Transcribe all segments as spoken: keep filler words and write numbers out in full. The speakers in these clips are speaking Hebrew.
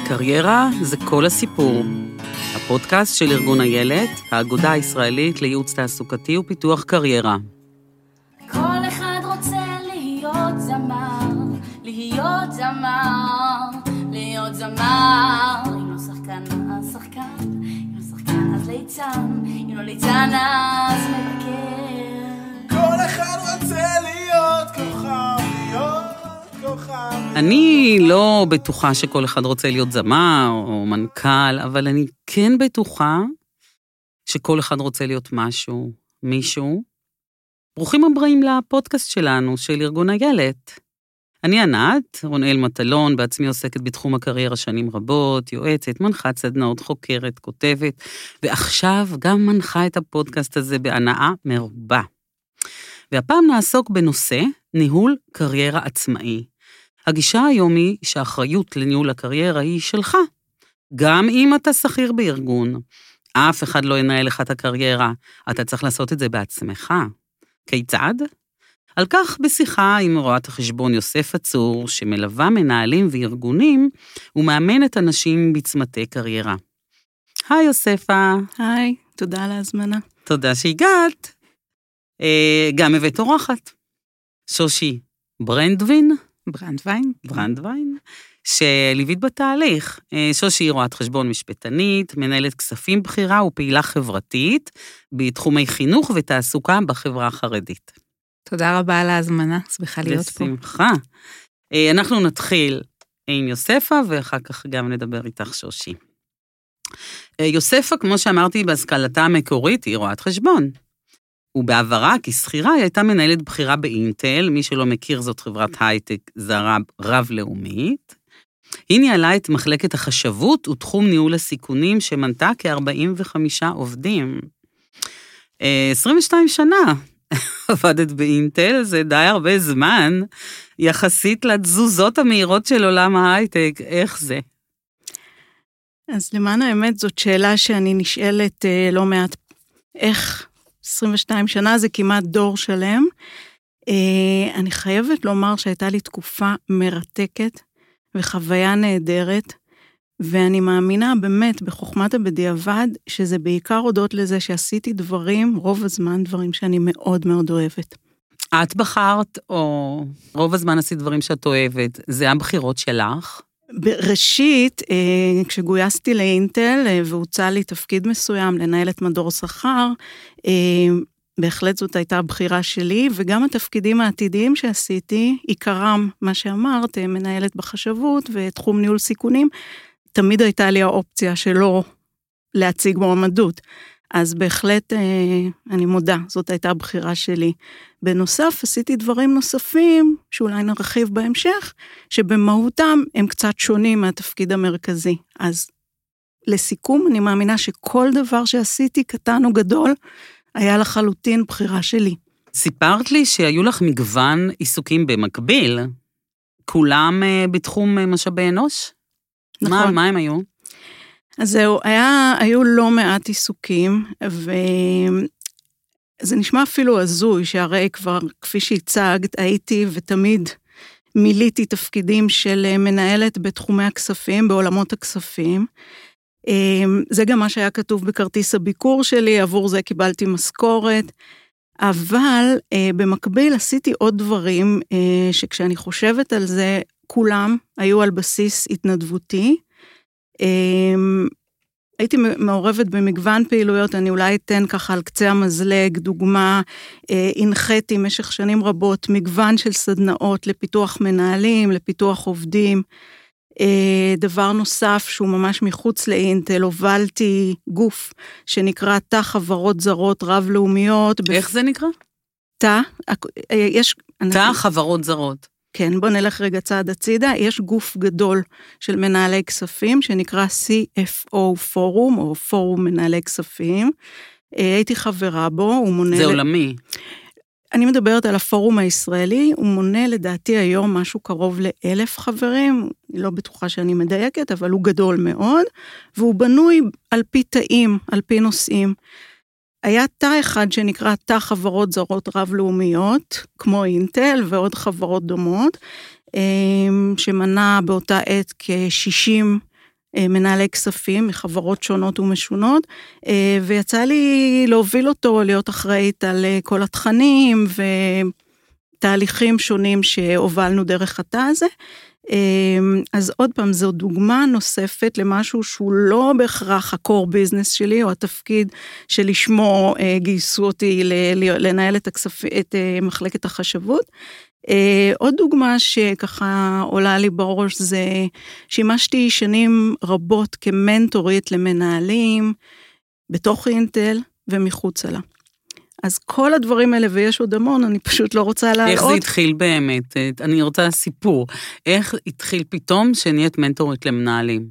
קריירה זה כל הסיפור. הפודקאסט של ארגון איילת, האגודה הישראלית לייעוץ תעסוקתי ופיתוח קריירה. כל אחד רוצה להיות זמר, להיות זמר, להיות זמר. אם לא שחקן, אז שחקן, אם לא שחקן, אז ליצן, אם לא ליצן, אז מבקר. כל אחד רוצה להיות כוכב, להיות כוכב. אני לא בטוחה שכל אחד רוצה להיות זמר או מנכ"ל, אבל אני כן בטוחה שכל אחד רוצה להיות משהו, מישהו. ברוכים הבאים לפודקאסט שלנו, של ארגון איילת. אני ענת, רונאל מטלון, בעצמי עוסקת בתחום הקריירה שנים רבות, יועצת, מנחת סדנאות, חוקרת, כותבת, ועכשיו גם מנחה את הפודקאסט הזה בהנאה מרובה. והפעם נעסוק בנושא ניהול קריירה עצמאי. הגישה היום היא שהאחריות לניהול הקריירה היא שלך. גם אם אתה שכיר בארגון, אף אחד לא ינהל לך את הקריירה, אתה צריך לעשות את זה בעצמך. כיצד? על כך בשיחה עם רואת החשבון יוסף עצור, שמלווה מנהלים וארגונים, ומאמנת אנשים בצמתי קריירה. היי יוספה. היי, תודה על ההזמנה. תודה שהגעת. גם הבאת אורחת. שושי ברנדווין. ברנדווין. ברנדווין. שליווית בתהליך. שושי היא רואת חשבון משפטנית, מנהלת כספים בחירה ופעילה חברתית, בתחומי חינוך ותעסוקה בחברה החרדית. תודה רבה על ההזמנה, שמחה להיות פה. בשמחה. אנחנו נתחיל עם יוספה, ואחר כך גם נדבר איתך שושי. יוספה, כמו שאמרתי, בהשכלתה המקורית, היא רואת חשבון. ובעברה, כשכירה, היא הייתה מנהלת בחירה באינטל, מי שלא מכיר זאת חברת הייטק זרה רב-לאומית. היא ניהלה את מחלקת החשבות ותחום ניהול הסיכונים, שמנתה כ-ארבעים וחמישה עובדים. עשרים ושתיים שנה עבדת באינטל, זה די הרבה זמן, יחסית לתזוזות המהירות של עולם ההייטק, איך זה? אז למען האמת, זאת שאלה שאני נשאלת לא מעט, איך עשרים ושתיים שנה זה כמעט דור שלם. אני חייבת לומר שהייתה לי תקופה מרתקת וחוויה נהדרת, ואני מאמינה באמת בחוכמת הבדיעבד, שזה בעיקר הודות לזה שעשיתי דברים, רוב הזמן דברים שאני מאוד מאוד אוהבת. את בחרת, או רוב הזמן עשית דברים שאת אוהבת, זה הבחירות שלך? בראשית, כשגויסתי לאינטל, והוצא לי תפקיד מסוים לנהל את מדור שכר, בהחלט זאת הייתה הבחירה שלי, וגם התפקידים העתידיים שעשיתי, עיקרם, מה שאמרת, מנהלת בחשבות ותחום ניהול סיכונים, תמיד הייתה לי האופציה שלא להציג מועמדות. אז בהחלט, אני מודה, זאת הייתה הבחירה שלי. בנוסף, עשיתי דברים נוספים, שאולי נרחיב בהמשך, שבמהותם הם קצת שונים מהתפקיד המרכזי. אז לסיכום, אני מאמינה שכל דבר שעשיתי, קטן או גדול, היה לחלוטין בחירה שלי. סיפרת לי שהיו לך מגוון עיסוקים במקביל, כולם בתחום משאבי אנוש? נכון. מה, מה הם היו? אז זהו, היה, היו לא מעט עיסוקים, וזה נשמע אפילו הזוי, שהרי כבר, כפי שהצגת, הייתי ותמיד מיליתי תפקידים של מנהלת בתחומי הכספים, בעולמות הכספים. זה גם מה שהיה כתוב בכרטיס הביקור שלי, עבור זה קיבלתי משכורת, אבל במקביל עשיתי עוד דברים, שכשאני חושבת על זה, כולם היו על בסיס התנדבותי. הייתי מעורבת במגוון פעילויות, אני אולי אתן ככה על קצה המזלג, דוגמה, הנחיתי משך שנים רבות, מגוון של סדנאות לפיתוח מנהלים, לפיתוח עובדים. דבר נוסף שהוא ממש מחוץ לאינטל, הובלתי גוף שנקרא תא חברות זרות רב-לאומיות. איך זה נקרא? תא, יש... תא חברות זרות. כן, בוא נלך רגע צעד הצידה, יש גוף גדול של מנהלי כספים, שנקרא סי אף או פורום, או פורום מנהלי כספים, הייתי חברה בו, הוא מונה... זה עולמי. אני מדברת על הפורום הישראלי, הוא מונה לדעתי היום משהו קרוב לאלף חברים, אני לא בטוחה שאני מדייקת, אבל הוא גדול מאוד, והוא בנוי על פי תאים, על פי נושאים. היה תא אחד שנקרא תא חברות זרות רב-לאומיות, כמו אינטל ועוד חברות דומות, שמנה באותה עת כ-שישים מנהלי כספים מחברות שונות ומשונות, ויצא לי להוביל אותו, להיות אחראית על כל התכנים ותהליכים שונים שהובלנו דרך התא הזה. אז עוד פעם, זו דוגמה נוספת למשהו שהוא לא בהכרח הקור ביזנס שלי, או התפקיד שלשמו גייסו אותי לנהל את, הכספ... את מחלקת החשבות. עוד דוגמה שככה עולה לי בראש זה, שימשתי שנים רבות כמנטורית למנהלים, בתוך אינטל ומחוצה לה. אז כל הדברים האלה, ויש עוד המון, אני פשוט לא רוצה להראות. איך זה התחיל באמת? אני רוצה סיפור. איך התחיל פתאום שנהיית מנטורית למנהלים?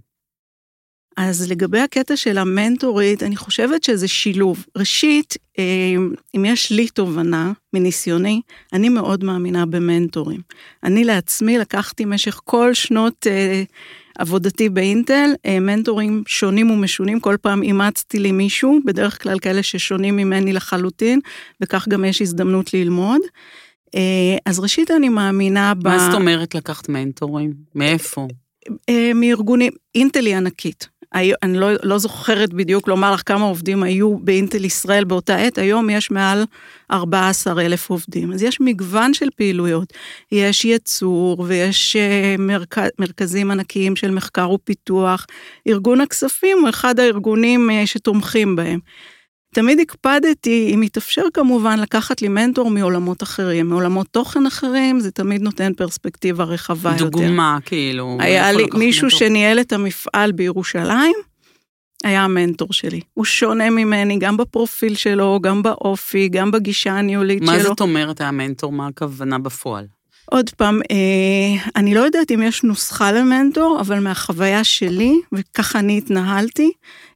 אז לגבי הקטע של המנטורית, אני חושבת שזה שילוב. ראשית, אם יש לי תובנה מניסיוני, אני מאוד מאמינה במנטורים. אני לעצמי לקחתי משך כל שנות עבודתי באינטל, מנטורים שונים ומשונים, כל פעם אימצתי לי מישהו, בדרך כלל כאלה ששונים ממני לחלוטין, וכך גם יש הזדמנות ללמוד. אז ראשית אני מאמינה ב... מה זאת אומרת לקחת מנטורים? מאיפה? מארגונים, אינטל היא ענקית. אני לא, לא זוכרת בדיוק לומר לך כמה עובדים היו באינטל ישראל באותה עת, היום יש מעל ארבעה עשר אלף עובדים, אז יש מגוון של פעילויות, יש ייצור ויש מרכז, מרכזים ענקיים של מחקר ופיתוח, ארגון הכספים הוא אחד הארגונים שתומכים בהם. תמיד הקפדתי, אם יתאפשר כמובן, לקחת לי מנטור מעולמות אחרים, מעולמות תוכן אחרים, זה תמיד נותן פרספקטיבה רחבה יותר. דוגמה, כאילו. היה לי מישהו שניהל את המפעל בירושלים, היה המנטור שלי. הוא שונה ממני, גם בפרופיל שלו, גם באופי, גם בגישה הניהולית שלו. מה זאת אומרת המנטור? מה הכוונה בפועל? עוד פעם, אני לא יודעת אם יש נוסחה למנטור, אבל מהחוויה שלי, וככה אני התנהלתי,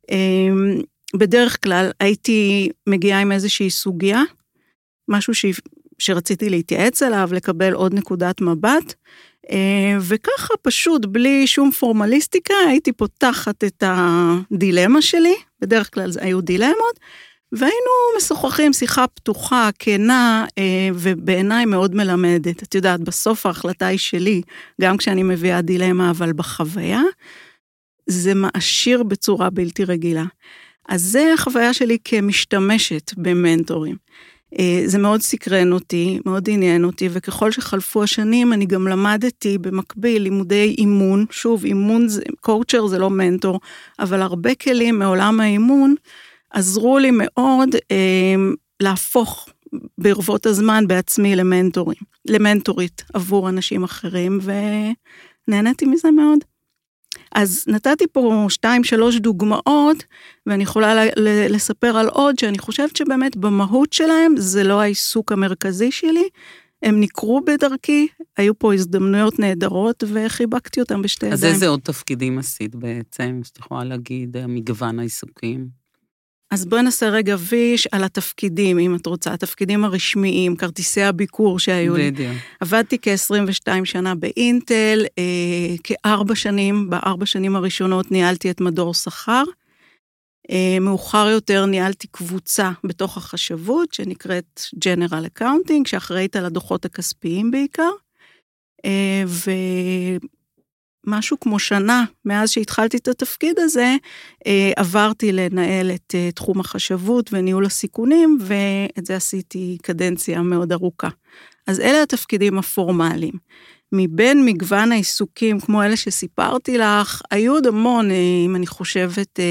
בדרך כלל הייתי מגיעה עם איזושהי סוגיה, משהו ש... שרציתי להתייעץ עליו, לקבל עוד נקודת מבט, וככה פשוט בלי שום פורמליסטיקה, הייתי פותחת את הדילמה שלי, בדרך כלל זה היו דילמות, והיינו משוחחים שיחה פתוחה, כנה, ובעיניי מאוד מלמדת. את יודעת, בסוף ההחלטה היא שלי, גם כשאני מביאה דילמה, אבל בחוויה, זה מעשיר בצורה בלתי רגילה. אז זה החוויה שלי כמשתמשת במנטורים. זה מאוד סקרן אותי, מאוד עניין אותי, וככל שחלפו השנים אני גם למדתי במקביל לימודי אימון, שוב, אימון, קואוצ'ר זה לא מנטור, אבל הרבה כלים מעולם האימון עזרו לי מאוד אה, להפוך ברבות הזמן בעצמי למנטורים, למנטורית עבור אנשים אחרים, ונהניתי מזה מאוד. אז נתתי פה שתיים, שלוש דוגמאות, ואני יכולה לספר על עוד, שאני חושבת שבאמת במהות שלהם, זה לא העיסוק המרכזי שלי, הם נקרו בדרכי, היו פה הזדמנויות נהדרות, וחיבקתי אותם בשתי ידיים. אז איזה עוד תפקידים עשית בעצם, שאתה יכולה להגיד, מגוון העיסוקים? אז בואי נעשה רגע ויש על התפקידים, אם את רוצה, התפקידים הרשמיים, כרטיסי הביקור שהיו לי. בדיוק. עבדתי כ-עשרים ושתיים שנה באינטל, אה, כארבע שנים, בארבע שנים הראשונות ניהלתי את מדור שכר, אה, מאוחר יותר ניהלתי קבוצה בתוך החשבות, שנקראת General Accounting, שאחראית על הדוחות הכספיים בעיקר, אה, ו... משהו כמו שנה, מאז שהתחלתי את התפקיד הזה, עברתי לנהל את תחום החשבות וניהול הסיכונים, ואת זה עשיתי קדנציה מאוד ארוכה. אז אלה התפקידים הפורמליים. מבין מגוון העיסוקים, כמו אלה שסיפרתי לך, היו עוד המון, אם אני חושבת,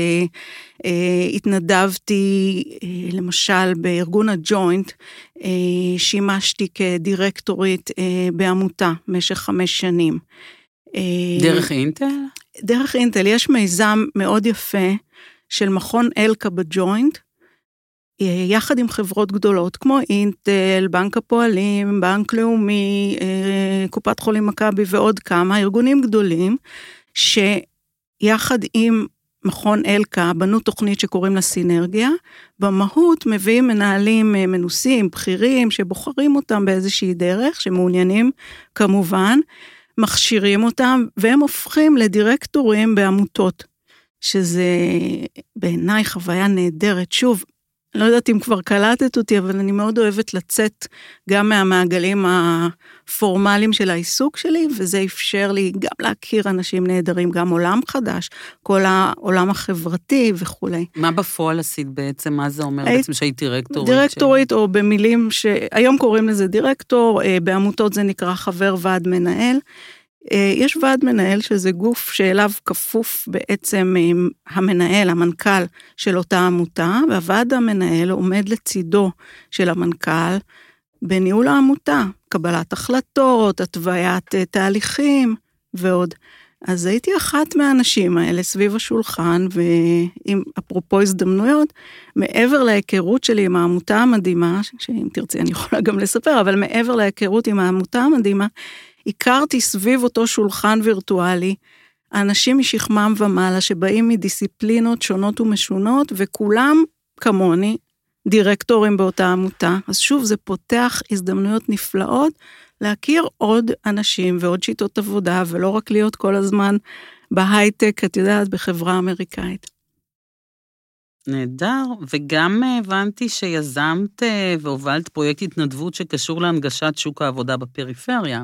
התנדבתי, למשל, בארגון הג'וינט, שימשתי כדירקטורית בעמותה, משך חמש שנים. דרך אינטל? דרך אינטל, יש מיזם מאוד יפה של מכון אלקה בג'וינט, יחד עם חברות גדולות, כמו אינטל, בנק הפועלים, בנק לאומי, קופת חולים מכבי ועוד כמה, ארגונים גדולים, שיחד עם מכון אלקה בנו תוכנית שקוראים לה סינרגיה, במהות מביאים מנהלים מנוסים, בכירים, שבוחרים אותם באיזושהי דרך, שמעוניינים כמובן, מכשירים אותם, והם הופכים לדירקטורים בעמותות, שזה בעיניי חוויה נהדרת. שוב, לא יודעת אם כבר קלטת אותי, אבל אני מאוד אוהבת לצאת גם מהמעגלים הפורמליים של העיסוק שלי, וזה אפשר לי גם להכיר אנשים נהדרים, גם עולם חדש, כל העולם החברתי וכו'. מה בפועל עשית בעצם? מה זה אומר בעצם שהיית דירקטורית? דירקטורית, או במילים שהיום קוראים לזה דירקטור, בעמותות זה נקרא חבר ועד מנהל. יש ועד מנהל שזה גוף שאליו כפוף בעצם המנהל, המנכ"ל של אותה עמותה, והוועד המנהל עומד לצידו של המנכ"ל בניהול העמותה, קבלת החלטות, התוויית תהליכים ועוד. אז הייתי אחת מהאנשים האלה סביב השולחן, ועם אפרופו הזדמנויות, מעבר להיכרות שלי עם העמותה המדהימה, שאם תרצי אני יכולה גם לספר, אבל מעבר להיכרות עם העמותה המדהימה, הכרתי סביב אותו שולחן וירטואלי, אנשים משכמם ומעלה שבאים מדיסציפלינות שונות ומשונות, וכולם כמוני דירקטורים באותה עמותה. אז שוב, זה פותח הזדמנויות נפלאות, להכיר עוד אנשים ועוד שיטות עבודה, ולא רק להיות כל הזמן בהייטק, את יודעת, בחברה אמריקאית. נהדר, וגם הבנתי שיזמת והובלת פרויקט התנדבות שקשור להנגשת שוק העבודה בפריפריה.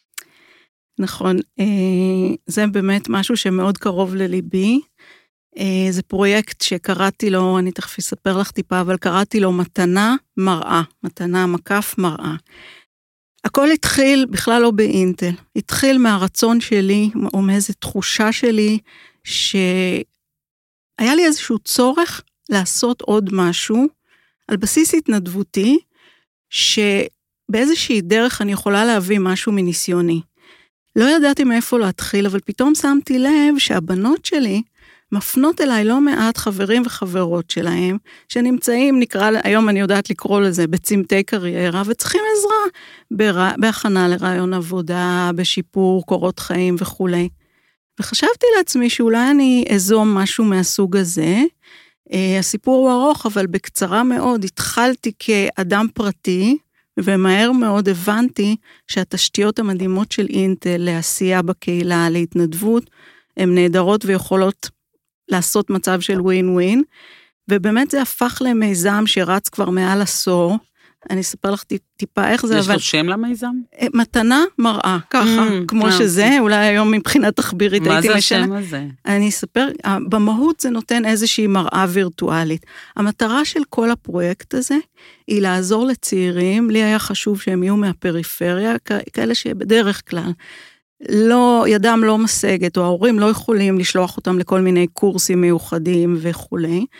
נכון, זה באמת משהו שמאוד קרוב לליבי, זה פרויקט שקראתי לו, אני תכף אספר לך טיפה, אבל קראתי לו מתנה מראה, מתנה מקף מראה. הכל התחיל בכלל לא באינטל, התחיל מהרצון שלי, או מאיזו תחושה שלי, שהיה לי איזשהו צורך לעשות עוד משהו, על בסיס התנדבותי, שבאיזושהי דרך אני יכולה להביא משהו מניסיוני. לא ידעתי מאיפה להתחיל, אבל פתאום שמתי לב שהבנות שלי מפנות אליי לא מעט חברים וחברות שלהם, שנמצאים, נקרא, היום אני יודעת לקרוא לזה, בצמתי קריירה, וצריכים עזרה בר... בהכנה לרעיון עבודה, בשיפור קורות חיים וכו'. וחשבתי לעצמי שאולי אני אזום משהו מהסוג הזה, הסיפור הוא ארוך, אבל בקצרה מאוד, התחלתי כאדם פרטי, ומהר מאוד הבנתי שהתשתיות המדהימות של אינטל לעשייה בקהילה, להתנדבות, הן נהדרות ויכולות לעשות מצב של ווין ווין, ובאמת זה הפך למיזם שרץ כבר מעל עשור, אני אספר לך טיפה איך זה, יש אבל... לו שם למיזם? מתנה מראה, ככה, Mm, כמו אה, שזה, אולי היום מבחינת תחבירית הייתי משנה. מה זה השם הזה? אני אספר, במהות זה נותן איזושהי מראה וירטואלית. המטרה של כל הפרויקט הזה, היא לעזור לצעירים, לי היה חשוב שהם יהיו מהפריפריה, כאלה שבדרך כלל, לא, ידם לא משגת, או ההורים לא יכולים לשלוח אותם לכל מיני קורסים מיוחדים וכו'.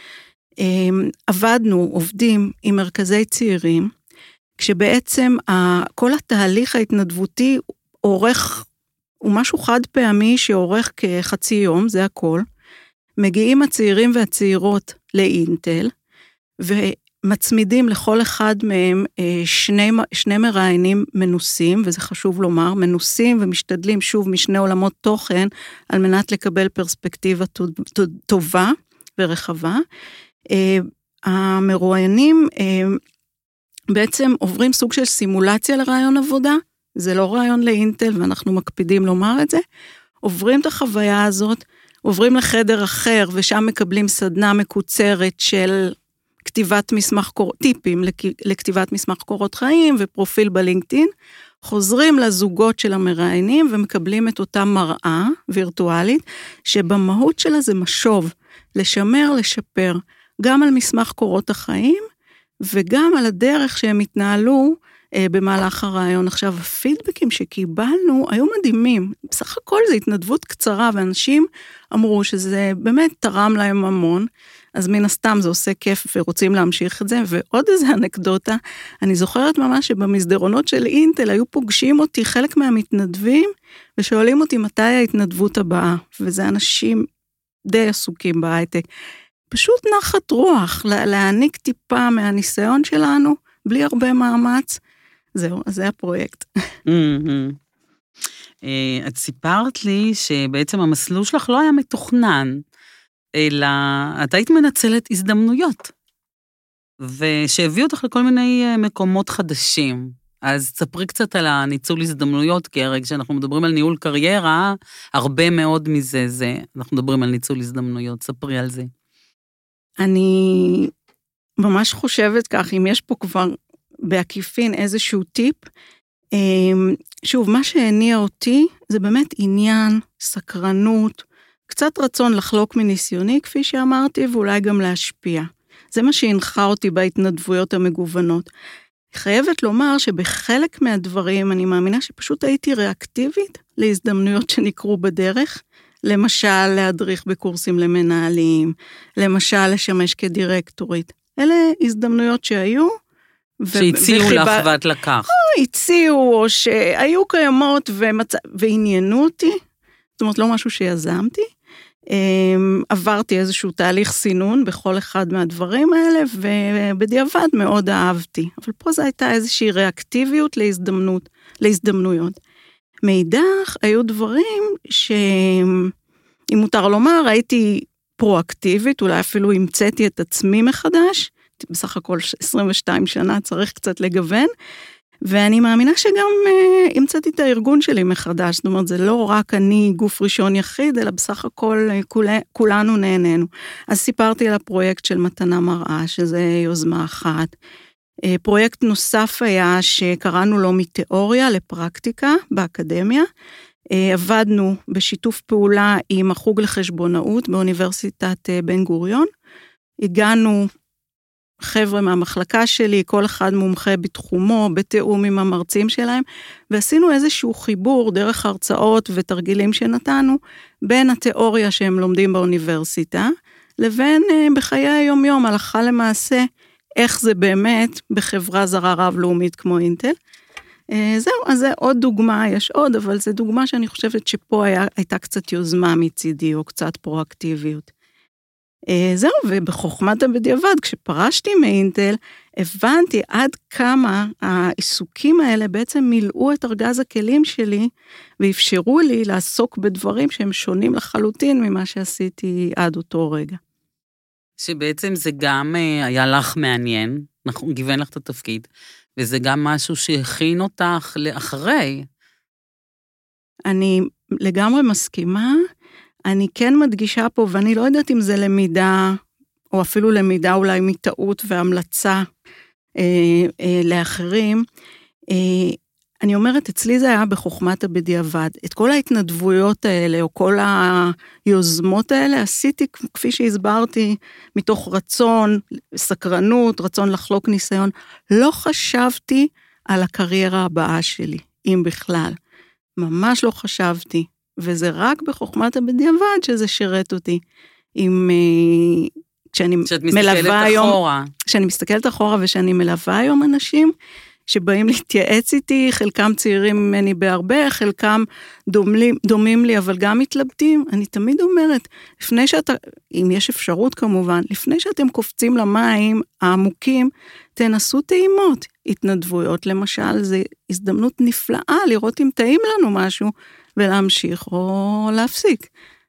עבדנו, עובדים עם מרכזי צעירים, כשבעצם כל התהליך ההתנדבותי עורך, הוא משהו חד פעמי שעורך כחצי יום, זה הכל. מגיעים הצעירים והצעירות לאינטל, ומצמידים לכל אחד מהם שני, שני מראיינים מנוסים, וזה חשוב לומר, מנוסים ומשתדלים שוב משני עולמות תוכן, על מנת לקבל פרספקטיבה טובה ורחבה. המרואיינים בעצם עוברים סוג של סימולציה לרעיון עבודה, זה לא רעיון לאינטל ואנחנו מקפידים לומר את זה, עוברים את החוויה הזאת, עוברים לחדר אחר ושם מקבלים סדנה מקוצרת של כתיבת מסמך, טיפים לכתיבת מסמך קורות חיים ופרופיל בלינקדאין, חוזרים לזוגות של המראיינים ומקבלים את אותה מראה וירטואלית, שבמהות שלה זה משוב, לשמר, לשפר, גם על מסמך קורות החיים, וגם על הדרך שהם התנהלו אה, במהלך הרעיון. עכשיו, הפידבקים שקיבלנו היו מדהימים. בסך הכל זה התנדבות קצרה, ואנשים אמרו שזה באמת תרם להם המון, אז מן הסתם זה עושה כיף ורוצים להמשיך את זה. ועוד איזה אנקדוטה, אני זוכרת ממש שבמסדרונות של אינטל היו פוגשים אותי חלק מהמתנדבים, ושואלים אותי מתי ההתנדבות הבאה, וזה אנשים די עסוקים בהייטק. פשוט נחת רוח, להעניק טיפה מהניסיון שלנו, בלי הרבה מאמץ. זהו, אז זה הפרויקט. את סיפרת לי שבעצם המסלול שלך לא היה מתוכנן, אלא את היית מנצלת הזדמנויות, ושהביאו אותך לכל מיני מקומות חדשים. אז תספרי קצת על הניצול הזדמנויות, כי הרי כשאנחנו מדברים על ניהול קריירה, הרבה מאוד מזה, זה, אנחנו מדברים על ניצול הזדמנויות, ספרי על זה. אני ממש חושבת כך, אם יש פה כבר בעקיפין איזשהו טיפ, שוב, מה שהניע אותי זה באמת עניין, סקרנות, קצת רצון לחלוק מניסיוני, כפי שאמרתי, ואולי גם להשפיע. זה מה שהנחה אותי בהתנדבויות המגוונות. חייבת לומר שבחלק מהדברים אני מאמינה שפשוט הייתי ריאקטיבית להזדמנויות שנקרו בדרך, למשל להדריך בקורסים למנהלים, למשל לשמש כדירקטורית. אלה הזדמנויות שהיו. שהציעו וחיבה... לך ואת לקח. או הציעו, או שהיו קיימות ומצ... ועניינו אותי, זאת אומרת לא משהו שיזמתי, עברתי איזשהו תהליך סינון בכל אחד מהדברים האלה, ובדיעבד מאוד אהבתי. אבל פה זו הייתה איזושהי ריאקטיביות להזדמנות, להזדמנויות. מאידך, היו דברים שאם מותר לומר, הייתי פרואקטיבית, אולי אפילו המצאתי את עצמי מחדש, בסך הכל עשרים ושתיים שנה צריך קצת לגוון, ואני מאמינה שגם uh, המצאתי את הארגון שלי מחדש, זאת אומרת, זה לא רק אני גוף ראשון יחיד, אלא בסך הכל כול, כולנו נהנינו. אז סיפרתי על הפרויקט של מתנה מראה, שזה יוזמה אחת. Uh, פרויקט נוסף היה שקראנו לו מתיאוריה לפרקטיקה באקדמיה, uh, עבדנו בשיתוף פעולה עם החוג לחשבונאות באוניברסיטת uh, בן גוריון, הגענו חבר'ה מהמחלקה שלי, כל אחד מומחה בתחומו, בתאום עם המרצים שלהם, ועשינו איזשהו חיבור דרך הרצאות ותרגילים שנתנו, בין התיאוריה שהם לומדים באוניברסיטה, לבין בחיי היום-יום, הלכה למעשה, איך זה באמת בחברה זרה רב-לאומית כמו אינטל. זהו, אז זה עוד דוגמה, יש עוד, אבל זו דוגמה שאני חושבת שפה היה, הייתה קצת יוזמה מצידי, או קצת פרואקטיביות. זהו, ובחוכמת הבדיעבד, כשפרשתי מאינטל, הבנתי עד כמה העיסוקים האלה בעצם מילאו את ארגז הכלים שלי, ואפשרו לי לעסוק בדברים שהם שונים לחלוטין ממה שעשיתי עד אותו רגע. שבעצם זה גם היה לך מעניין, אנחנו גיוון לך את התפקיד, וזה גם משהו שהכין אותך לאחרי. אני לגמרי מסכימה, אני כן מדגישה פה, ואני לא יודעת אם זה למידה, או אפילו למידה אולי מטעות והמלצה אה, אה, לאחרים, אה, אני אומרת, אצלי זה היה בחוכמת הבדיעבד. את כל ההתנדבויות האלה, או כל היוזמות האלה, עשיתי, כפי שהסברתי, מתוך רצון, סקרנות, רצון לחלוק ניסיון. לא חשבתי על הקריירה הבאה שלי, אם בכלל. ממש לא חשבתי. וזה רק בחוכמת הבדיעבד שזה שירת אותי. עם, כשאני מלווה היום, כשאני מסתכלת אחורה ושאני מלווה היום אנשים, שבאים להתייעץ איתי, חלקם צעירים ממני בהרבה, חלקם דומים, דומים לי, אבל גם מתלבטים. אני תמיד אומרת, לפני שאתה, אם יש אפשרות כמובן, לפני שאתם קופצים למים העמוקים, תנסו טעימות, התנדבויות. למשל, זו הזדמנות נפלאה לראות אם טעים לנו משהו, ולהמשיך או להפסיק.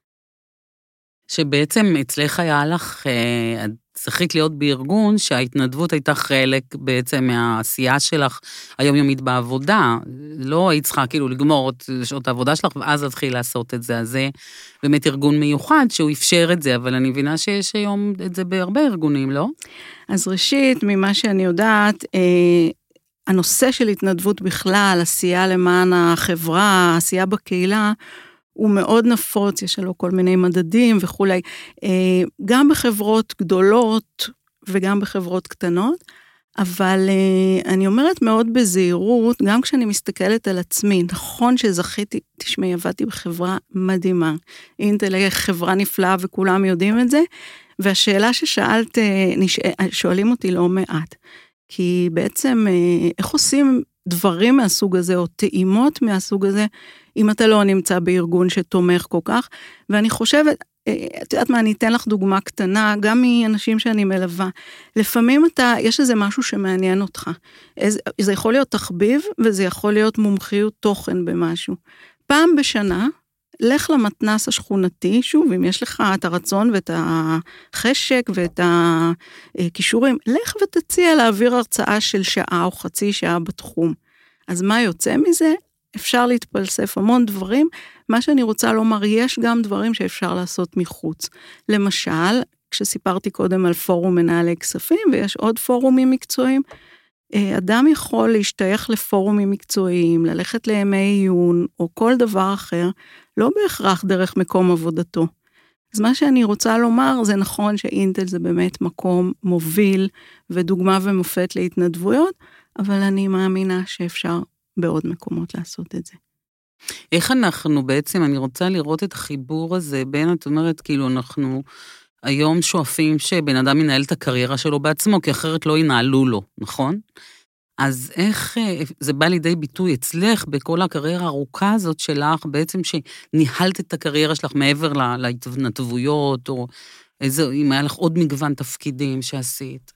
שבעצם אצלך היה לך, את צריכית להיות בארגון, שההתנדבות הייתה חלק בעצם מהעשייה שלך היומיומית בעבודה, לא היית צריכה כאילו לגמור את שעות העבודה שלך, ואז להתחיל לעשות את זה, אז זה באמת ארגון מיוחד שהוא אפשר את זה, אבל אני מבינה שיש היום את זה בהרבה ארגונים, לא? אז ראשית, ממה שאני יודעת, הנושא של התנדבות בכלל, עשייה למען החברה, עשייה בקהילה, הוא מאוד נפוץ, יש לו כל מיני מדדים וכולי, גם בחברות גדולות וגם בחברות קטנות, אבל אני אומרת מאוד בזהירות, גם כשאני מסתכלת על עצמי, נכון שזכיתי, תשמעי, עבדתי בחברה מדהימה, אינטל חברה נפלאה וכולם יודעים את זה, והשאלה ששאלת, שואלים אותי לא מעט, כי בעצם איך עושים דברים מהסוג הזה, או טעימות מהסוג הזה, אם אתה לא נמצא בארגון שתומך כל כך, ואני חושבת, את יודעת מה, אני אתן לך דוגמה קטנה, גם מאנשים שאני מלווה, לפעמים אתה, יש איזה משהו שמעניין אותך, זה יכול להיות תחביב, וזה יכול להיות מומחיות תוכן במשהו. פעם בשנה, לך למתנס השכונתי, שוב, אם יש לך את הרצון ואת החשק ואת הכישורים, לך ותציע להעביר הרצאה של שעה או חצי שעה בתחום. אז מה יוצא מזה? אפשר להתפלסף המון דברים. מה שאני רוצה לומר, יש גם דברים שאפשר לעשות מחוץ. למשל, כשסיפרתי קודם על פורום מנהלי כספים, ויש עוד פורומים מקצועיים, אדם יכול להשתייך לפורומים מקצועיים, ללכת לימי עיון, או כל דבר אחר, לא בהכרח דרך מקום עבודתו. אז מה שאני רוצה לומר, זה נכון שאינטל זה באמת מקום מוביל, ודוגמה ומופת להתנדבויות, אבל אני מאמינה שאפשר בעוד מקומות לעשות את זה. איך אנחנו בעצם, אני רוצה לראות את החיבור הזה, בין, את אומרת, כאילו אנחנו היום שואפים שבן אדם ינהל את הקריירה שלו בעצמו, כי אחרת לא ינהלו לו, נכון? אז איך זה בא לידי ביטוי אצלך, בכל הקריירה הארוכה הזאת שלך, בעצם שניהלת את הקריירה שלך מעבר להתנדבויות, או איזה, אם היה לך עוד מגוון תפקידים שעשית?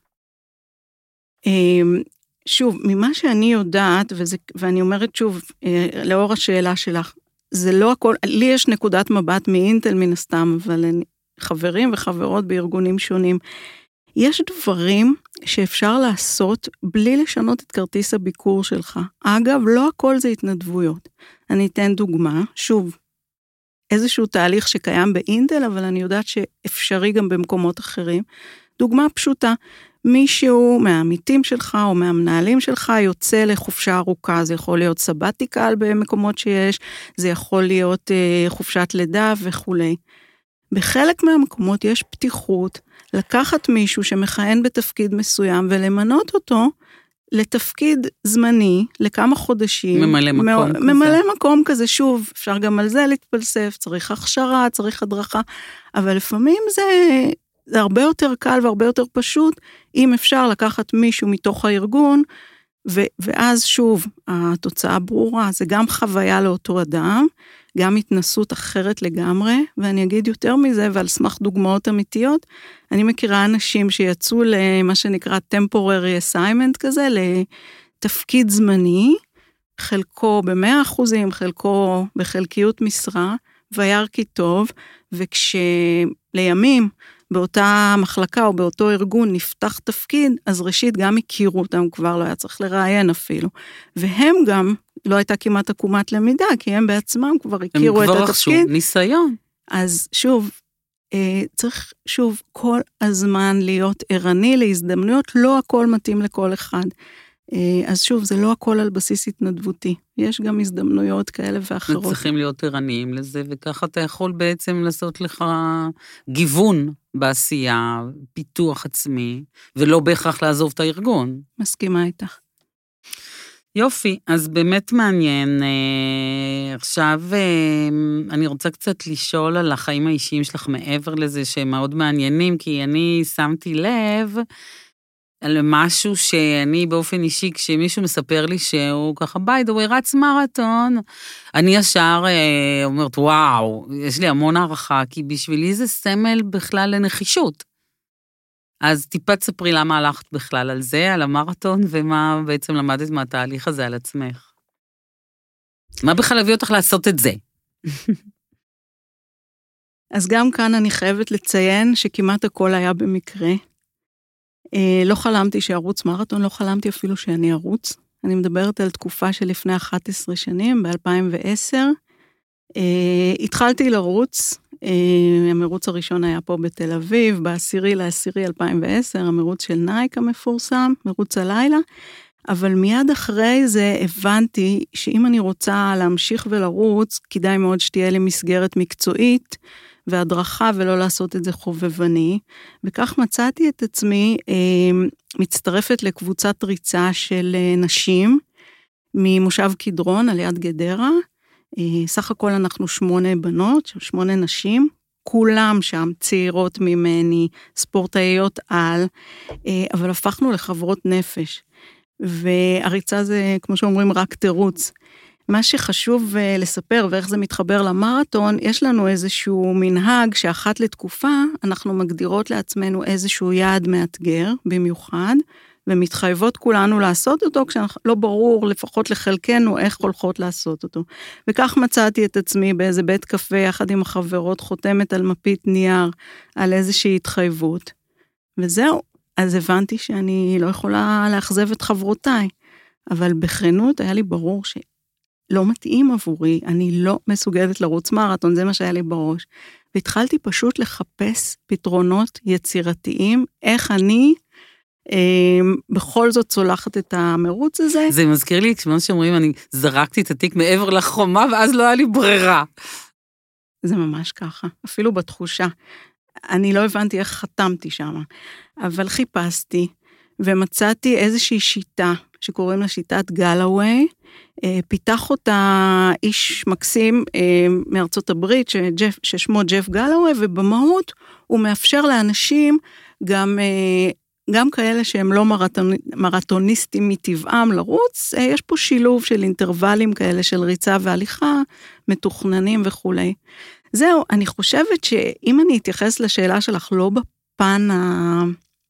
שוב, ממה שאני יודעת, וזה, ואני אומרת שוב, לאור השאלה שלך, זה לא הכל, לי יש נקודת מבט מאינטל מן הסתם, אבל אני, חברים וחברות בארגונים שונים, יש דברים שאפשר לעשות בלי לשנות את כרטיס הביקור שלך. אגב, לא הכל זה התנדבויות. אני אתן דוגמה, שוב, איזשהו תהליך שקיים באינטל, אבל אני יודעת שאפשרי גם במקומות אחרים. דוגמה פשוטה, מישהו מהעמיתים שלך או מהמנהלים שלך יוצא לחופשה ארוכה, זה יכול להיות סבטיקל במקומות שיש, זה יכול להיות אה, חופשת לידה וכו'. בחלק מהמקומות יש פתיחות, לקחת מישהו שמכהן בתפקיד מסוים ולמנות אותו לתפקיד זמני, לכמה חודשים. ממלא מקום מ- כזה. ממלא מקום כזה, שוב, אפשר גם על זה להתפלסף, צריך הכשרה, צריך הדרכה, אבל לפעמים זה, זה הרבה יותר קל והרבה יותר פשוט, אם אפשר לקחת מישהו מתוך הארגון, ו- ואז שוב, התוצאה ברורה, זה גם חוויה לאותו אדם, גם התנסות אחרת לגמרי, ואני אגיד יותר מזה, ועל סמך דוגמאות אמיתיות, אני מכירה אנשים שיצאו למה שנקרא temporary assignment כזה, לתפקיד זמני, חלקו במאה אחוזים, חלקו בחלקיות משרה, וירקי טוב, וכשלימים באותה מחלקה או באותו ארגון נפתח תפקיד, אז ראשית גם הכירו אותם, כבר לא היה צריך לראיין אפילו, והם גם, לא הייתה כמעט עקומת למידה, כי הם בעצמם כבר הכירו את התפקיד. הם כבר רכשו ניסיון. אז שוב, צריך שוב כל הזמן להיות ערני להזדמנויות, לא הכל מתאים לכל אחד. אז שוב, זה לא הכל על בסיס התנדבותי, יש גם הזדמנויות כאלה ואחרות. צריכים להיות ערניים לזה, וככה אתה יכול בעצם לעשות לך גיוון בעשייה, פיתוח עצמי, ולא בהכרח לעזוב את הארגון. מסכימה איתך. יופי, אז באמת מעניין. עכשיו אני רוצה קצת לשאול על החיים האישיים שלך מעבר לזה שהם מאוד מעניינים, כי אני שמתי לב על משהו שאני באופן אישי, כשמישהו מספר לי שהוא ככה, ביי, דווי רץ מרתון, אני ישר אומרת, וואו, יש לי המון הערכה, כי בשבילי זה סמל בכלל לנחישות. אז טיפה תספרי למה הלכת בכלל על זה, על המרתון, ומה בעצם למדת מהתהליך הזה על עצמך. מה בכלל הביא אותך לעשות את זה? אז גם כאן אני חייבת לציין שכמעט הכל היה במקרה. לא חלמתי שערוץ מרתון, לא חלמתי אפילו שאני ארוץ. אני מדברת על תקופה של לפני אחת עשרה שנים, ב-אלפיים ועשר. התחלתי לרוץ, המרוץ הראשון היה פה בתל אביב, בעשירי לעשירי אלפיים ועשר, המרוץ של נייק המפורסם, מרוץ הלילה, אבל מיד אחרי זה הבנתי שאם אני רוצה להמשיך ולרוץ, כדאי מאוד שתהיה לי מסגרת מקצועית, והדרכה ולא לעשות את זה חובבני, וכך מצאתי את עצמי אה, מצטרפת לקבוצת ריצה של אה, נשים, ממושב קדרון על יד גדרה, אה, סך הכל אנחנו שמונה בנות, שמונה נשים, כולם שם צעירות ממני, ספורטאיות על, אה, אבל הפכנו לחברות נפש, והריצה זה כמו שאומרים רק תירוץ, מה שחשוב לספר ואיך זה מתחבר למרתון, יש לנו איזשהו מנהג שאחת לתקופה אנחנו מגדירות לעצמנו איזשהו יעד מאתגר במיוחד, ומתחייבות כולנו לעשות אותו, כשלא ברור לפחות לחלקנו איך הולכות לעשות אותו. וכך מצאתי את עצמי באיזה בית קפה יחד עם החברות, חותמת על מפית נייר על איזושהי התחייבות. וזהו, אז הבנתי שאני לא יכולה לאכזב את חברותיי, אבל בכנות היה לי ברור ש... לא מתאים עבורי, אני לא מסוגלת לרוץ מרתון, זה מה שהיה לי בראש. והתחלתי פשוט לחפש פתרונות יצירתיים, איך אני אה, בכל זאת צולחת את המרוץ הזה. זה מזכיר לי, כמו שאומרים, אני זרקתי את התיק מעבר לחומה, ואז לא היה לי ברירה. זה ממש ככה, אפילו בתחושה. אני לא הבנתי איך חתמתי שם, אבל חיפשתי, ומצאתי איזושהי שיטה, שקוראים לה שיטת גלווי, פיתח אותה איש מקסים מארצות הברית, שג'ף, ששמו ג'ף גלווי, ובמהות הוא מאפשר לאנשים, גם, גם כאלה שהם לא מרתונ, מרתוניסטים מטבעם לרוץ, יש פה שילוב של אינטרוולים כאלה של ריצה והליכה, מתוכננים וכולי. זהו, אני חושבת שאם אני אתייחס לשאלה שלך לא בפן ה...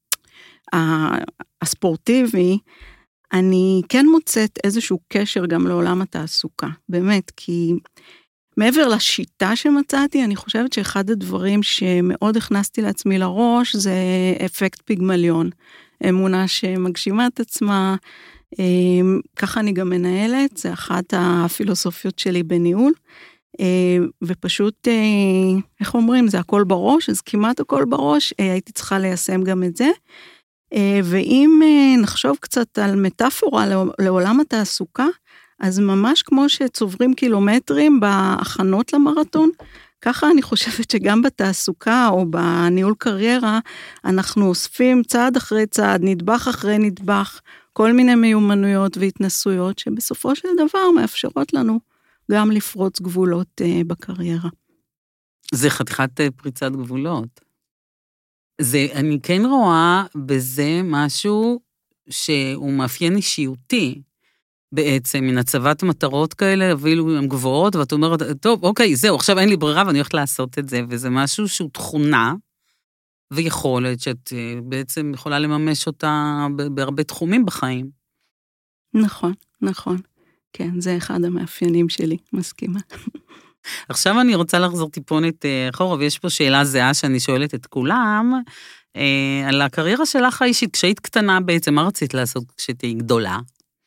הספורטיבי, אני כן מוצאת איזשהו קשר גם לעולם התעסוקה, באמת, כי מעבר לשיטה שמצאתי, אני חושבת שאחד הדברים שמאוד הכנסתי לעצמי לראש, זה אפקט פיגמליון, אמונה שמגשימה את עצמה, ככה אני גם מנהלת, זה אחת הפילוסופיות שלי בניהול, ופשוט, איך אומרים, זה הכל בראש, אז כמעט הכל בראש, הייתי צריכה ליישם גם את זה, ואם נחשוב קצת על מטאפורה לעולם התעסוקה, אז ממש כמו שצוברים קילומטרים בהכנות למרתון, ככה אני חושבת שגם בתעסוקה או בניהול קריירה, אנחנו אוספים צעד אחרי צעד, נדבך אחרי נדבך, כל מיני מיומנויות והתנסויות, שבסופו של דבר מאפשרות לנו גם לפרוץ גבולות בקריירה. זה חתיכת פריצת גבולות. זה, אני כן רואה בזה משהו שהוא מאפיין אישיותי, בעצם, מן הצבת מטרות כאלה, אפילו הן גבוהות, ואת אומרת, טוב, אוקיי, זהו, עכשיו אין לי ברירה, ואני הולכת לעשות את זה, וזה משהו שהוא תכונה, ויכולת, שאת בעצם יכולה לממש אותה בהרבה תחומים בחיים. נכון, נכון. כן, זה אחד המאפיינים שלי, מסכימה. עכשיו אני רוצה לחזור טיפונת אחורה, ויש פה שאלה זהה שאני שואלת את כולם, על הקריירה שלך האישית, כשהיית קטנה בעצם, מה רצית לעשות כשתהיי גדולה?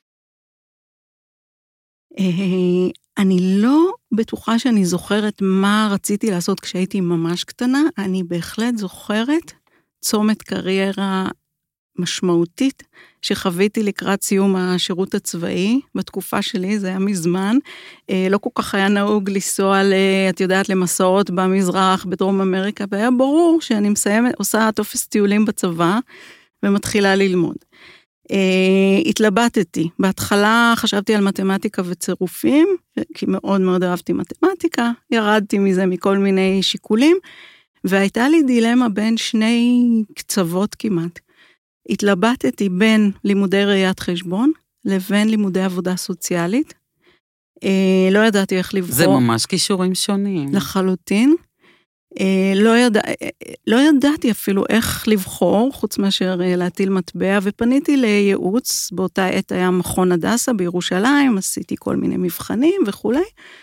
אני לא בטוחה שאני זוכרת מה רציתי לעשות כשהייתי ממש קטנה, אני בהחלט זוכרת צומת קריירה משמעותית, שחוויתי לקראת סיום השירות הצבאי, בתקופה שלי, זה היה מזמן, לא כל כך היה נהוג לנסוע, את יודעת, למסעות במזרח, בדרום אמריקה, והיה ברור שאני מסיימת, עושה טופס טיולים בצבא, ומתחילה ללמוד. התלבטתי, בהתחלה חשבתי על מתמטיקה וצירופים, כי מאוד מאוד אהבתי מתמטיקה, ירדתי מזה מכל מיני שיקולים, והייתה לי דילמה בין שני קצוות כמעט. התלבטתי בין לימודי ראיית חשבון, לבין לימודי עבודה סוציאלית. אה, לא ידעתי איך לבחור. זה ממש כישורים שונים. לחלוטין. אה, לא, ידע, לא ידעתי אפילו איך לבחור, חוץ מאשר להטיל מטבע, ופניתי לייעוץ, באותה עת היה מכון הדסה בירושלים, עשיתי כל מיני מבחנים וכו'.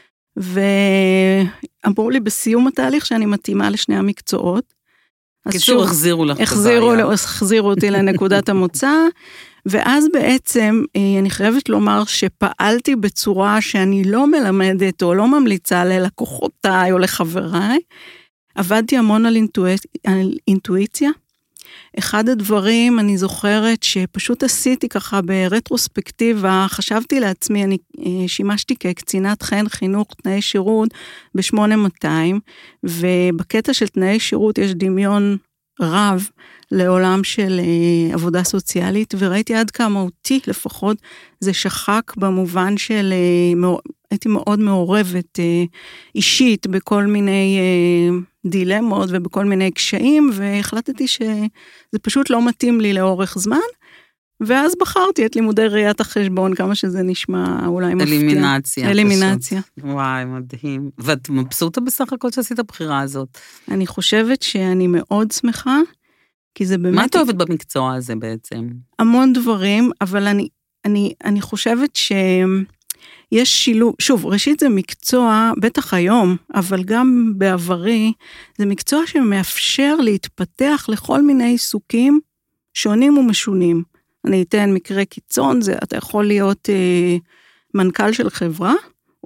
ואמרו לי בסיום התהליך שאני מתאימה לשני המקצועות, קיצור, החזירו לך החזירו, החזירו אותי לנקודת המוצא, ואז בעצם אני חייבת לומר שפעלתי בצורה שאני לא מלמדת או לא ממליצה ללקוחותיי או לחבריי, עבדתי המון על, אינטואיצ... על אינטואיציה. אחד הדברים אני זוכרת שפשוט עשיתי ככה ברטרוספקטיבה, חשבתי לעצמי, אני שימשתי כקצינת חן חינוך תנאי שירות ב-שמונה מאתיים, ובקטע של תנאי שירות יש דמיון רב לעולם של עבודה סוציאלית, וראיתי עד כמה אותי לפחות זה שחק במובן של, הייתי מאוד מעורבת אישית בכל מיני דילמות ובכל מיני קשיים, והחלטתי שזה פשוט לא מתאים לי לאורך זמן, ואז בחרתי את לימודי ראיית החשבון, כמה שזה נשמע אולי מפתיע. אלימינציה. אלימינציה. וואי, מדהים. ואת מבסוטה בסך הכל שעשית הבחירה הזאת? אני חושבת שאני מאוד שמחה, כי זה באמת... מה את אוהבת במקצוע הזה בעצם? המון דברים, אבל אני, אני, אני חושבת ש... יש שילוב, שוב, ראשית זה מקצוע, בטח היום, אבל גם בעברי, זה מקצוע שמאפשר להתפתח לכל מיני עיסוקים שונים ומשונים. אני אתן מקרה קיצון, זה, אתה יכול להיות אה, מנכ"ל של חברה,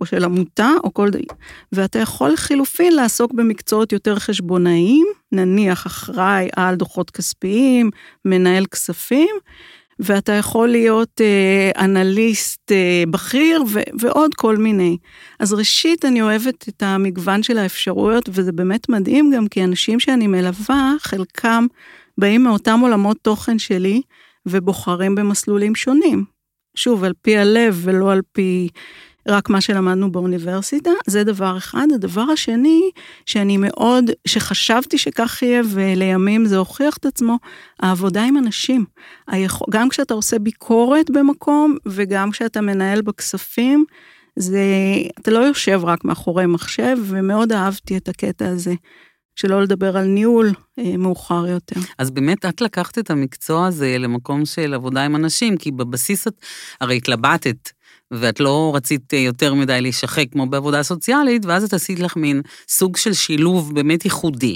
או של עמותה, או כל דבר. ואתה יכול לחילופין לעסוק במקצועות יותר חשבונאיים, נניח אחראי על דוחות כספיים, מנהל כספים, ואתה יכול להיות אה, אנליסט אה, בכיר, ו- ועוד כל מיני. אז ראשית אני אוהבת את המגוון של האפשרויות, וזה באמת מדהים גם, כי אנשים שאני מלווה, חלקם באים מאותם עולמות תוכן שלי, ובוחרים במסלולים שונים. שוב, על פי הלב ולא על פי רק מה שלמדנו באוניברסיטה, זה דבר אחד. הדבר השני, שאני מאוד, שחשבתי שכך יהיה, ולימים זה הוכיח את עצמו, העבודה עם אנשים. גם כשאתה עושה ביקורת במקום, וגם כשאתה מנהל בכספים, זה, אתה לא יושב רק מאחורי מחשב, ומאוד אהבתי את הקטע הזה. שלא לדבר על ניהול אה, מאוחר יותר. אז באמת את לקחת את המקצוע הזה למקום של עבודה עם אנשים, כי בבסיס את הרי התלבטת, ואת לא רצית יותר מדי להישחק כמו בעבודה סוציאלית, ואז את עשית לך מין סוג של שילוב באמת ייחודי.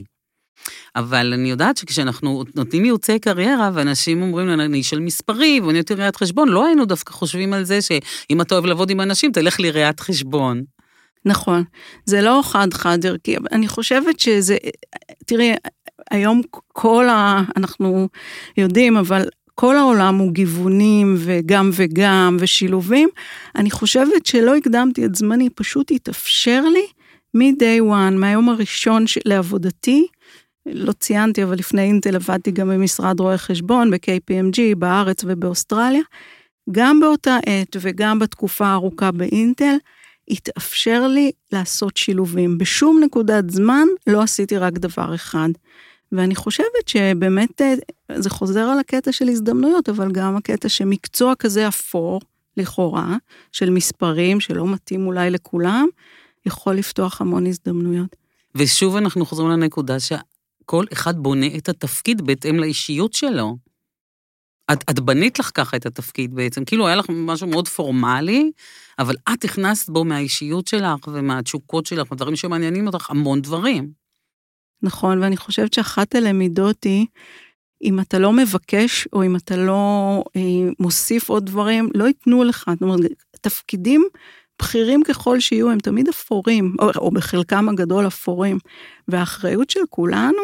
אבל אני יודעת שכשאנחנו נותנים ייעוצי קריירה, ואנשים אומרים, אני של מספרי, ואני יותר ראיית חשבון, לא היינו דווקא חושבים על זה, שאם אתה אוהב לעבוד עם אנשים, תלך לי ראיית חשבון. נכון, זה לא חד-חד ערכי, אני חושבת שזה, תראי, היום כל ה... אנחנו יודעים, אבל כל העולם הוא גיוונים וגם וגם ושילובים, אני חושבת שלא הקדמתי את זמני, פשוט התאפשר לי מ-day one, מהיום הראשון לעבודתי, לא ציינתי, אבל לפני אינטל עבדתי גם במשרד רואי חשבון, ב-קיי פי אם ג'י, בארץ ובאוסטרליה, גם באותה עת וגם בתקופה הארוכה באינטל, התאפשר לי לעשות שילובים. בשום נקודת זמן לא עשיתי רק דבר אחד. ואני חושבת שבאמת זה חוזר על הקטע של הזדמנויות, אבל גם הקטע שמקצוע כזה אפור, לכאורה, של מספרים, שלא מתאים אולי לכולם, יכול לפתוח המון הזדמנויות. ושוב אנחנו חוזרים לנקודה שכל אחד בונה את התפקיד בהתאם לאישיות שלו. את, את בנית לך ככה את התפקיד בעצם, כאילו היה לך משהו מאוד פורמלי, אבל את הכנסת בו מהאישיות שלך ומהתשוקות שלך, הדברים שמעניינים אותך, המון דברים. נכון, ואני חושבת שאחת הלמידות היא, אם אתה לא מבקש, או אם אתה לא אה, מוסיף עוד דברים, לא ייתנו לך, זאת אומרת, תפקידים בכירים ככל שיהיו, הם תמיד אפורים, או, או בחלקם הגדול אפורים, והאחריות של כולנו,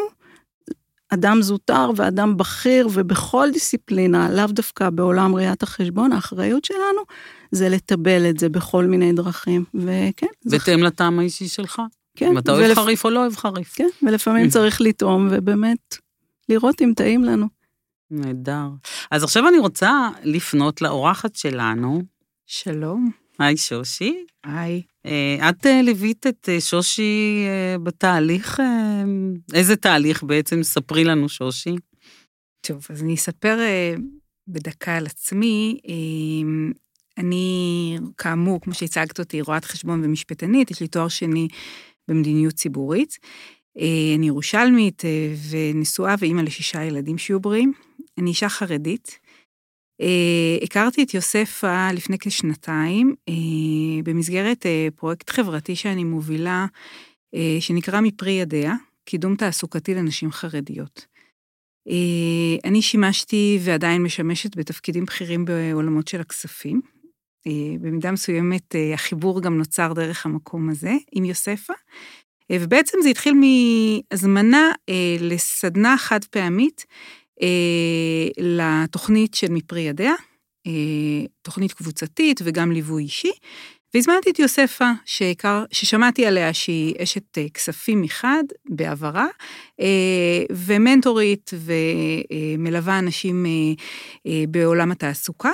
אדם זוטר ואדם בכיר, ובכל דיסציפלינה, לאו דווקא בעולם ראיית החשבון, האחריות שלנו זה לטבל את זה בכל מיני דרכים, וכן. בהתאם לטעם האישי שלך. כן. אם אתה אוהב ולפ... חריף או לא אוהב חריף. כן, ולפעמים צריך לטעום, ובאמת לראות אם טעים לנו. נהדר. אז עכשיו אני רוצה לפנות לאורחת שלנו. שלום. היי שושי. היי. את ליווית את שושי בתהליך, איזה תהליך בעצם? ספרי לנו שושי. טוב, אז אני אספר בדקה על עצמי. אני, כאמור, כמו שהצגת אותי, רואת חשבון ומשפטנית, יש לי תואר שני במדיניות ציבורית. אני ירושלמית ונשואה ואימא לשישה ילדים שיהיו בריאים. אני אישה חרדית. הכרתי את יוספה לפני כשנתיים, במסגרת פרויקט חברתי שאני מובילה, שנקרא מפרי ידיה, קידום תעסוקתי לנשים חרדיות. אני שימשתי ועדיין משמשת בתפקידים בכירים בעולמות של הכספים. במידה מסוימת החיבור גם נוצר דרך המקום הזה עם יוספה, ובעצם זה התחיל מהזמנה לסדנה חד פעמית, לתוכנית של מפרי ידיה, תוכנית קבוצתית וגם ליווי אישי, והזמנתי את יוספה, שעיקר, ששמעתי עליה שהיא אשת כספים מחד, בעברה, ומנטורית ומלווה אנשים בעולם התעסוקה,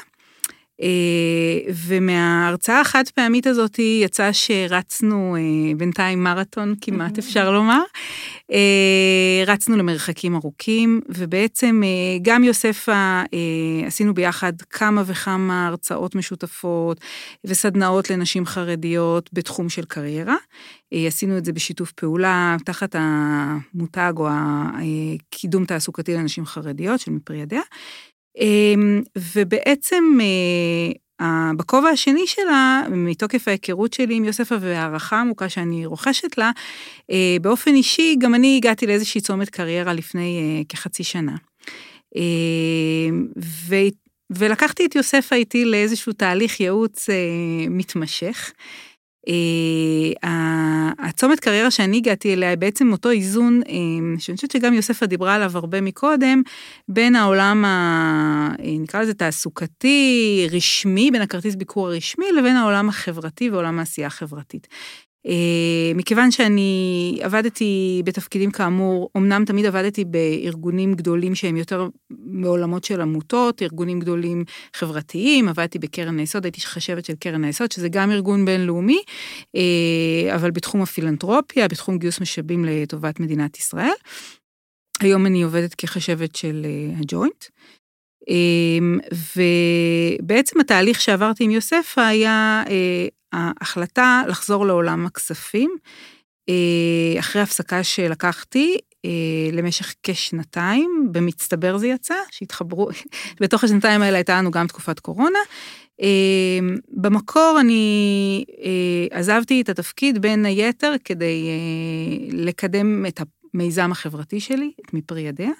ומההרצאה החד פעמית הזאת יצא שרצנו בינתיים מרתון כמעט אפשר לומר, רצנו למרחקים ארוכים, ובעצם גם יוספה עשינו ביחד כמה וכמה הרצאות משותפות, וסדנאות לנשים חרדיות בתחום של קריירה, עשינו את זה בשיתוף פעולה תחת המותג או הקידום תעסוקתי לנשים חרדיות של מפרי ידיה, ובעצם בכובע השני שלה, מתוקף ההיכרות שלי עם יוספה והערכה עמוקה שאני רוכשת לה, באופן אישי גם אני הגעתי לאיזושהי צומת קריירה לפני כחצי שנה. ו... ולקחתי את יוספה איתי לאיזשהו תהליך ייעוץ מתמשך, הצומת קריירה שאני הגעתי אליה, היא בעצם אותו איזון, שאני חושבת שגם יוספה דיברה עליו הרבה מקודם, בין העולם, נקרא לזה תעסוקתי, רשמי, בין הכרטיס ביקור הרשמי, לבין העולם החברתי ועולם העשייה החברתית. מכיוון שאני עבדתי בתפקידים כאמור, אמנם תמיד עבדתי בארגונים גדולים שהם יותר מעולמות של עמותות, ארגונים גדולים חברתיים, עבדתי בקרן היסוד, הייתי חשבת של קרן היסוד, שזה גם ארגון בינלאומי, אבל בתחום הפילנתרופיה, בתחום גיוס משאבים לטובת מדינת ישראל. היום אני עובדת כחשבת של הג'וינט, ובעצם התהליך שעברתי עם יוספה היה ההחלטה לחזור לעולם הכספים, אחרי הפסקה שלקחתי למשך כשנתיים, במצטבר זה יצא, שהתחברו, בתוך השנתיים האלה הייתה לנו גם תקופת קורונה. במקור אני עזבתי את התפקיד בין היתר כדי לקדם את המיזם החברתי שלי, את מפרי ידיה.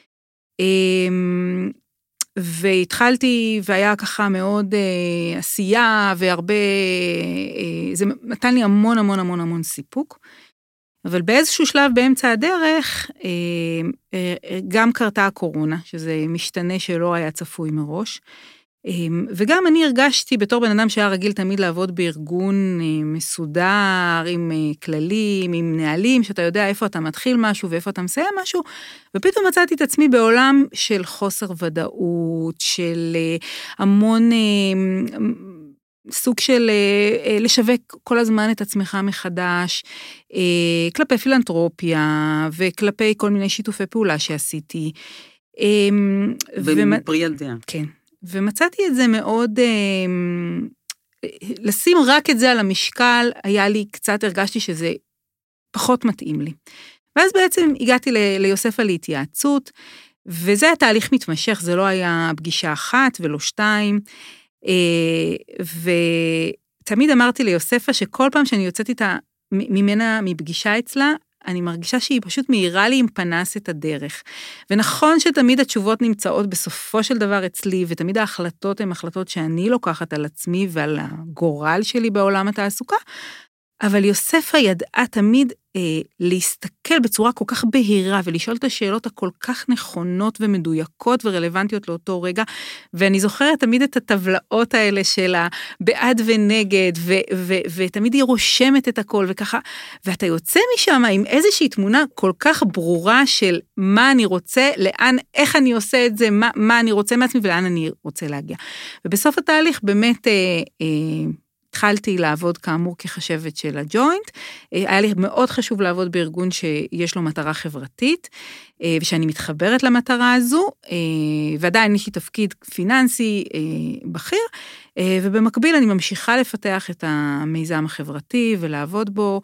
והתחלתי, והיה ככה מאוד אה, עשייה, והרבה, אה, זה נתן לי המון המון המון המון סיפוק, אבל באיזשהו שלב באמצע הדרך, אה, אה, גם קרתה הקורונה, שזה משתנה שלא היה צפוי מראש, אה, וגם אני הרגשתי בתור בן אדם שהיה רגיל תמיד לעבוד בארגון אה, מסודר, עם אה, כללים, עם נהלים, שאתה יודע איפה אתה מתחיל משהו ואיפה אתה מסיים משהו, ופתאום מצאתי את עצמי בעולם של חוסר ודאות, של אה, המון אה, סוג של אה, לשווק כל הזמן את עצמך מחדש, אה, כלפי פילנתרופיה, וכלפי כל מיני שיתופי פעולה שעשיתי. אה, ומפרי ילדיה. כן. ומצאתי את זה מאוד, לשים רק את זה על המשקל, היה לי קצת, הרגשתי שזה פחות מתאים לי. ואז בעצם הגעתי ליוספה להתייעצות, וזה היה תהליך מתמשך, זה לא היה פגישה אחת ולא שתיים, ותמיד אמרתי ליוספה שכל פעם שאני יוצאת איתה ממנה, מפגישה אצלה, אני מרגישה שהיא פשוט מהירה לי עם פנס את הדרך. ונכון שתמיד התשובות נמצאות בסופו של דבר אצלי, ותמיד ההחלטות הן החלטות שאני לוקחת על עצמי ועל הגורל שלי בעולם התעסוקה, אבל יוספה ידעה תמיד אה, להסתכל בצורה כל כך בהירה, ולשאול את השאלות הכל כך נכונות ומדויקות ורלוונטיות לאותו רגע, ואני זוכרת תמיד את הטבלאות האלה של הבעד ונגד, ו- ו- ותמיד היא רושמת את הכל, וככה, ואתה יוצא משם עם איזושהי תמונה כל כך ברורה של מה אני רוצה, לאן, איך אני עושה את זה, מה, מה אני רוצה מעצמי ולאן אני רוצה להגיע. ובסוף התהליך באמת, אה, אה, התחלתי לעבוד כאמור כחשבת של הג'וינט, היה לי מאוד חשוב לעבוד בארגון שיש לו מטרה חברתית, ושאני מתחברת למטרה הזו, ועדיין יש לי תפקיד פיננסי בכיר, ובמקביל אני ממשיכה לפתח את המיזם החברתי ולעבוד בו,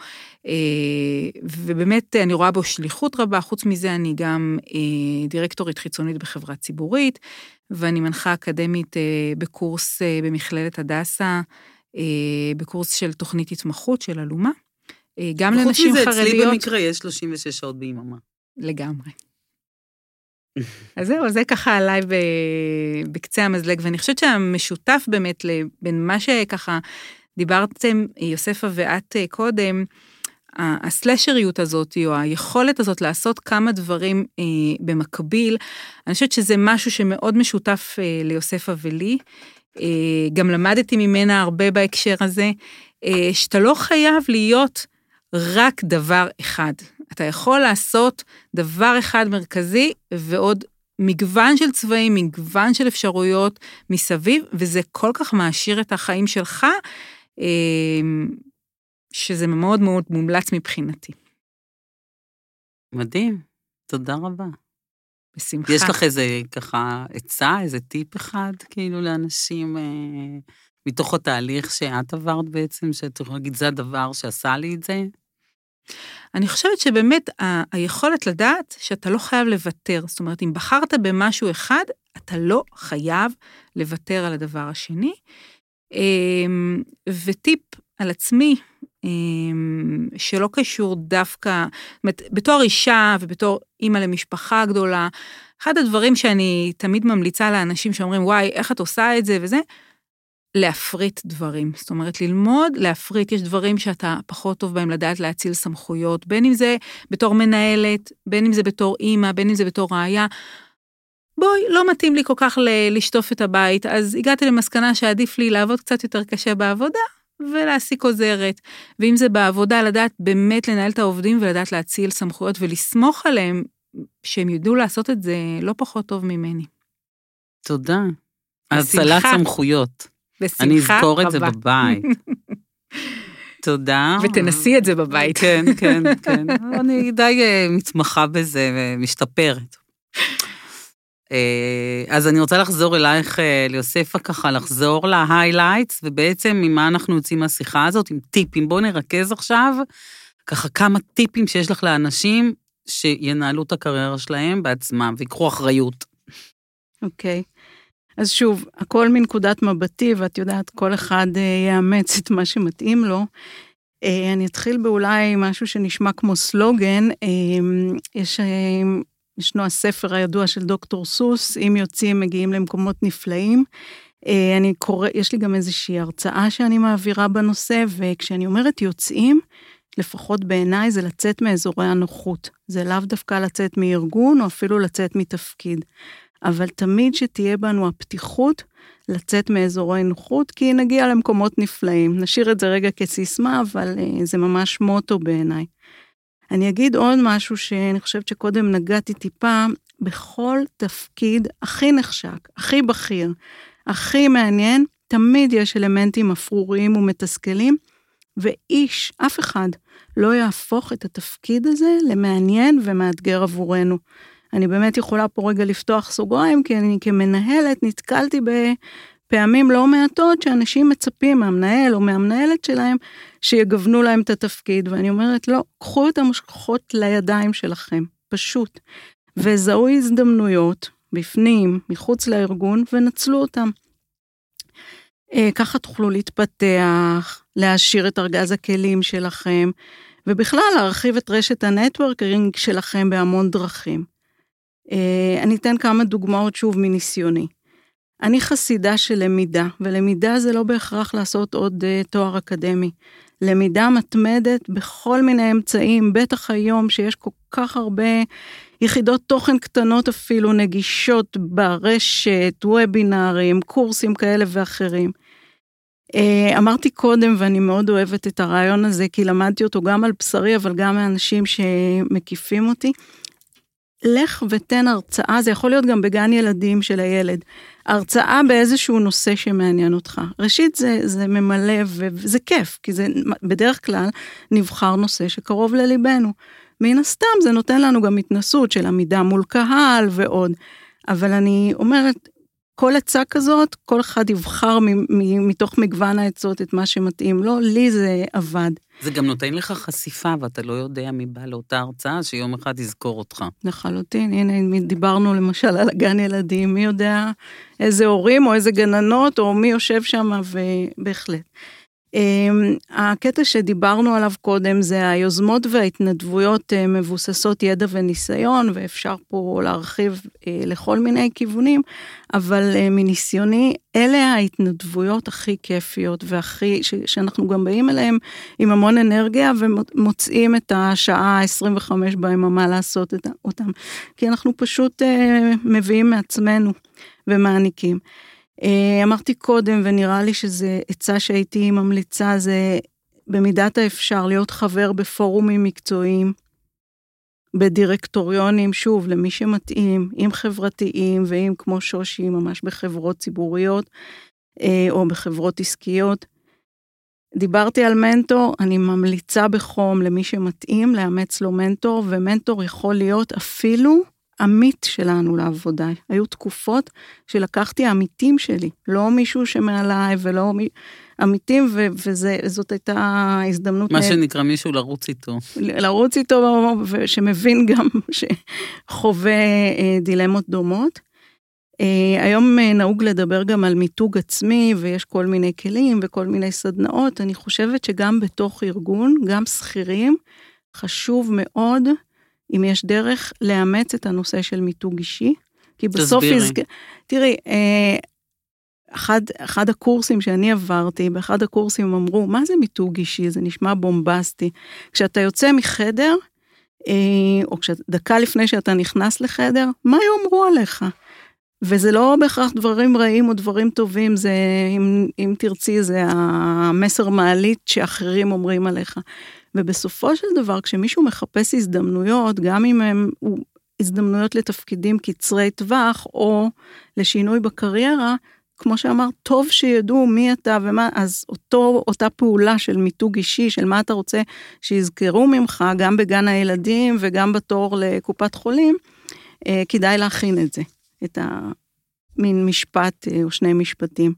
ובאמת אני רואה בו שליחות רבה, חוץ מזה אני גם דירקטורית חיצונית בחברה ציבורית, ואני מנחה אקדמית בקורס במכללת הדסה, בקורס של תוכנית התמחות של אלומה, גם לנשים חרדיות. חוץ מזה, אצלי במקרה יש שלושים ושש שעות ביממה. לגמרי. אז זהו, זה ככה עליי בקצה המזלג, ואני חושבת שהמשותף באמת, בין מה שככה דיברתם, יוספה ואת קודם, הסלשריות הזאת, או היכולת הזאת לעשות כמה דברים במקביל, אני חושבת שזה משהו שמאוד משותף ליוספה ולי, גם למדתי ממנה הרבה בהקשר הזה, שאתה לא חייב להיות רק דבר אחד. אתה יכול לעשות דבר אחד מרכזי, ועוד מגוון של צבעים, מגוון של אפשרויות מסביב, וזה כל כך מעשיר את החיים שלך, שזה מאוד מאוד מומלץ מבחינתי. מדהים, תודה רבה. בשמחה. יש לך איזה ככה עצה, איזה טיפ אחד, כאילו לאנשים, אה, מתוך התהליך שאת עברת בעצם, שאת יכולה להגיד, זה הדבר שעשה לי את זה? אני חושבת שבאמת ה- היכולת לדעת שאתה לא חייב לוותר, זאת אומרת, אם בחרת במשהו אחד, אתה לא חייב לוותר על הדבר השני, וטיפ על עצמי, שלא קשור דווקא, בתור אישה ובתור אימא למשפחה גדולה, אחד הדברים שאני תמיד ממליצה לאנשים שאומרים, וואי, איך את עושה את זה וזה, להפריט דברים. זאת אומרת, ללמוד, להפריט, יש דברים שאתה פחות טוב בהם לדעת להציל סמכויות, בין אם זה בתור מנהלת, בין אם זה בתור אימא, בין אם זה בתור ראיה. בואי, לא מתאים לי כל כך לשטוף את הבית, אז הגעתי למסקנה שעדיף לי לעבוד קצת יותר קשה בעבודה, ולהסיק עוזרת. ואם זה בעבודה, לדעת באמת לנהל את העובדים, ולדעת להציל סמכויות, ולסמוך עליהם, שהם ידעו לעשות את זה לא פחות טוב ממני. תודה. הצלת סמכויות. בשמחה אני אזכור רבה. את זה בבית. תודה. ותנסי את זה בבית. כן, כן, כן. אני די מתמחה בזה ומשתפרת. אז אני רוצה לחזור אלייך, ליוספה, ככה לחזור להיילייטס, ובעצם ממה אנחנו יוצאים מהשיחה הזאת, עם טיפים. בואו נרכז עכשיו, ככה כמה טיפים שיש לך לאנשים, שינהלו את הקריירה שלהם בעצמם, ויקחו אחריות. אוקיי. אז שוב, הכל מנקודת מבטי, ואת יודעת, כל אחד יאמץ את מה שמתאים לו. אני אתחיל באולי משהו שנשמע כמו סלוגן, יש... ישנו הספר הידוע של דוקטור סוס, אם יוצאים מגיעים למקומות נפלאים. אני קורא, יש לי גם איזושהי הרצאה שאני מעבירה בנושא, וכשאני אומרת יוצאים, לפחות בעיניי זה לצאת מאזורי הנוחות. זה לאו דווקא לצאת מארגון, או אפילו לצאת מתפקיד. אבל תמיד שתהיה בנו הפתיחות, לצאת מאזורי נוחות, כי נגיע למקומות נפלאים. נשאיר את זה רגע כסיסמה, אבל זה ממש מוטו בעיניי. אני אגיד עוד משהו שאני חושבת שקודם נגעתי טיפה, בכל תפקיד הכי נחשק, הכי בכיר, הכי מעניין, תמיד יש אלמנטים אפרוריים ומתסכלים, ואיש, אף אחד, לא יהפוך את התפקיד הזה למעניין ומאתגר עבורנו. אני באמת יכולה פה רגע לפתוח סוגריים, כי אני כמנהלת נתקלתי בפעמים לא מעטות שאנשים מצפים מהמנהל או מהמנהלת שלהם, שיגוונו להם את התפקיד, ואני אומרת, לא, קחו את המושכות לידיים שלכם, פשוט, וזהו הזדמנויות בפנים, מחוץ לארגון, ונצלו אותם. ככה תוכלו להתפתח, להעשיר את ארגז הכלים שלכם, ובכלל להרחיב את רשת הנטוורקינג שלכם בהמון דרכים. אני אתן כמה דוגמאות שוב מניסיוני. אני חסידה של למידה, ולמידה זה לא בהכרח לעשות עוד תואר אקדמי. למידה מתמדת בכל מיני אמצעים, בטח היום שיש כל כך הרבה יחידות תוכן קטנות אפילו, נגישות ברשת, וובינרים, קורסים כאלה ואחרים. אמרתי קודם, ואני מאוד אוהבת את הרעיון הזה, כי למדתי אותו גם על בשרי, אבל גם מאנשים שמקיפים אותי. לך ותן הרצאה, זה יכול להיות גם בגן ילדים של הילד, הרצאה באיזשהו נושא שמעניין אותך. ראשית זה, זה ממלא וזה כיף, כי זה בדרך כלל נבחר נושא שקרוב לליבנו. מן הסתם זה נותן לנו גם התנסות של עמידה מול קהל ועוד. אבל אני אומרת, כל עצה כזאת, כל אחד יבחר מ- מ- מתוך מגוון העצות את מה שמתאים לו, לי זה עבד. זה גם נותן לך חשיפה, ואתה לא יודע מי בא לאותה הרצאה, שיום אחד יזכור אותך. לחלוטין, הנה, דיברנו למשל על הגן ילדים, מי יודע איזה הורים או איזה גננות, או מי יושב שם, ובהחלט. הקטע שדיברנו עליו קודם, זה היוזמות וההתנדבויות מבוססות ידע וניסיון, ואפשר פה להרחיב לכל מיני כיוונים, אבל מניסיוני, אלה ההתנדבויות הכי כיפיות, והכי, שאנחנו גם באים אליהם עם המון אנרגיה, ומוצאים את השעה ה-עשרים וחמש ביממה לעשות אותם, כי אנחנו פשוט מביאים מעצמנו ומעניקים. אמרתי קודם, ונראה לי שזה עצה שהייתי ממליצה, זה במידת האפשר להיות חבר בפורומים מקצועיים, בדירקטוריונים, שוב, למי שמתאים, עם חברתיים, ועם כמו שושי, ממש בחברות ציבוריות, או בחברות עסקיות. דיברתי על מנטור, אני ממליצה בחום למי שמתאים, לאמץ לו מנטור, ומנטור יכול להיות אפילו עמית שלנו לעבודה. היו תקופות שלקחתי עמיתים שלי, לא מישהו שמעליי ולא מי... עמיתים, ו... וזאת הייתה הזדמנות... מה שנקרא מישהו לרוץ איתו. לרוץ איתו, ושמבין גם שחווה דילמות דומות. היום נהוג לדבר גם על מיתוג עצמי, ויש כל מיני כלים וכל מיני סדנאות. אני חושבת שגם בתוך ארגון, גם שכירים, חשוב מאוד, אם יש דרך לאמץ את הנושא של מיתוג אישי, כי בסוף... תסבירי. יזג... תראי, אחד, אחד הקורסים שאני עברתי, באחד הקורסים אמרו, מה זה מיתוג אישי? זה נשמע בומבסטי. כשאתה יוצא מחדר, או דקה לפני שאתה נכנס לחדר, מה יאמרו עליך? וזה לא בהכרח דברים רעים או דברים טובים, זה, אם, אם תרצי, זה המסר מעלית שאחרים אומרים עליך. ובסופו של דבר, כשמישהו מחפש הזדמנויות, גם אם הם הזדמנויות לתפקידים קצרי טווח, או לשינוי בקריירה, כמו שאמר, טוב שידעו מי אתה ומה, אז אותו, אותה פעולה של מיתוג אישי, של מה אתה רוצה שיזכרו ממך, גם בגן הילדים וגם בתור לקופת חולים, כדאי להכין את זה, את המין משפט או שני משפטים.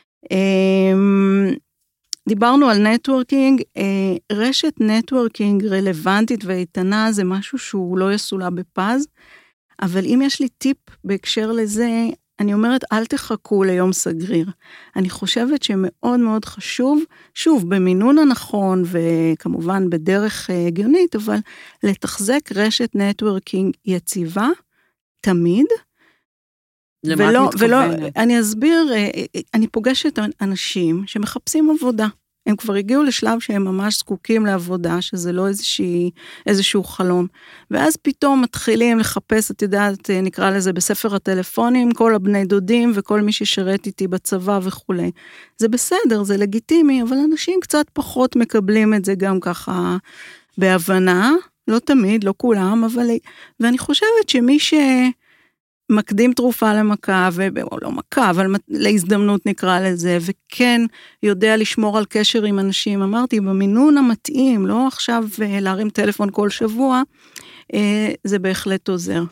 דיברנו על נטוורקינג, רשת נטוורקינג רלוונטית ואיתנה, זה משהו שהוא לא יסולה בפז, אבל אם יש לי טיפ בהקשר לזה, אני אומרת, אל תחכו ליום סגריר. אני חושבת שמאוד מאוד חשוב, שוב, במינון הנכון, וכמובן בדרך הגיונית, אבל לתחזק רשת נטוורקינג יציבה, תמיד. למה ולא, את ולא, מתכוונת? אני אסביר, אני פוגשת אנשים שמחפשים עבודה. הם כבר הגיעו לשלב שהם ממש זקוקים לעבודה, שזה לא איזושהי, איזשהו חלום. ואז פתאום מתחילים לחפש, את יודעת, נקרא לזה בספר הטלפונים, כל הבני דודים וכל מי ששרת איתי בצבא וכו'. זה בסדר, זה לגיטימי, אבל אנשים קצת פחות מקבלים את זה גם ככה בהבנה, לא תמיד, לא כולם, אבל, ואני חושבת שמי ש... מקדים תרופה למכה, או לא מכה, אבל להזדמנות נקרא לזה, וכן יודע לשמור על קשר עם אנשים, אמרתי, במינון המתאים, לא עכשיו להרים טלפון כל שבוע, זה בהחלט עוזר.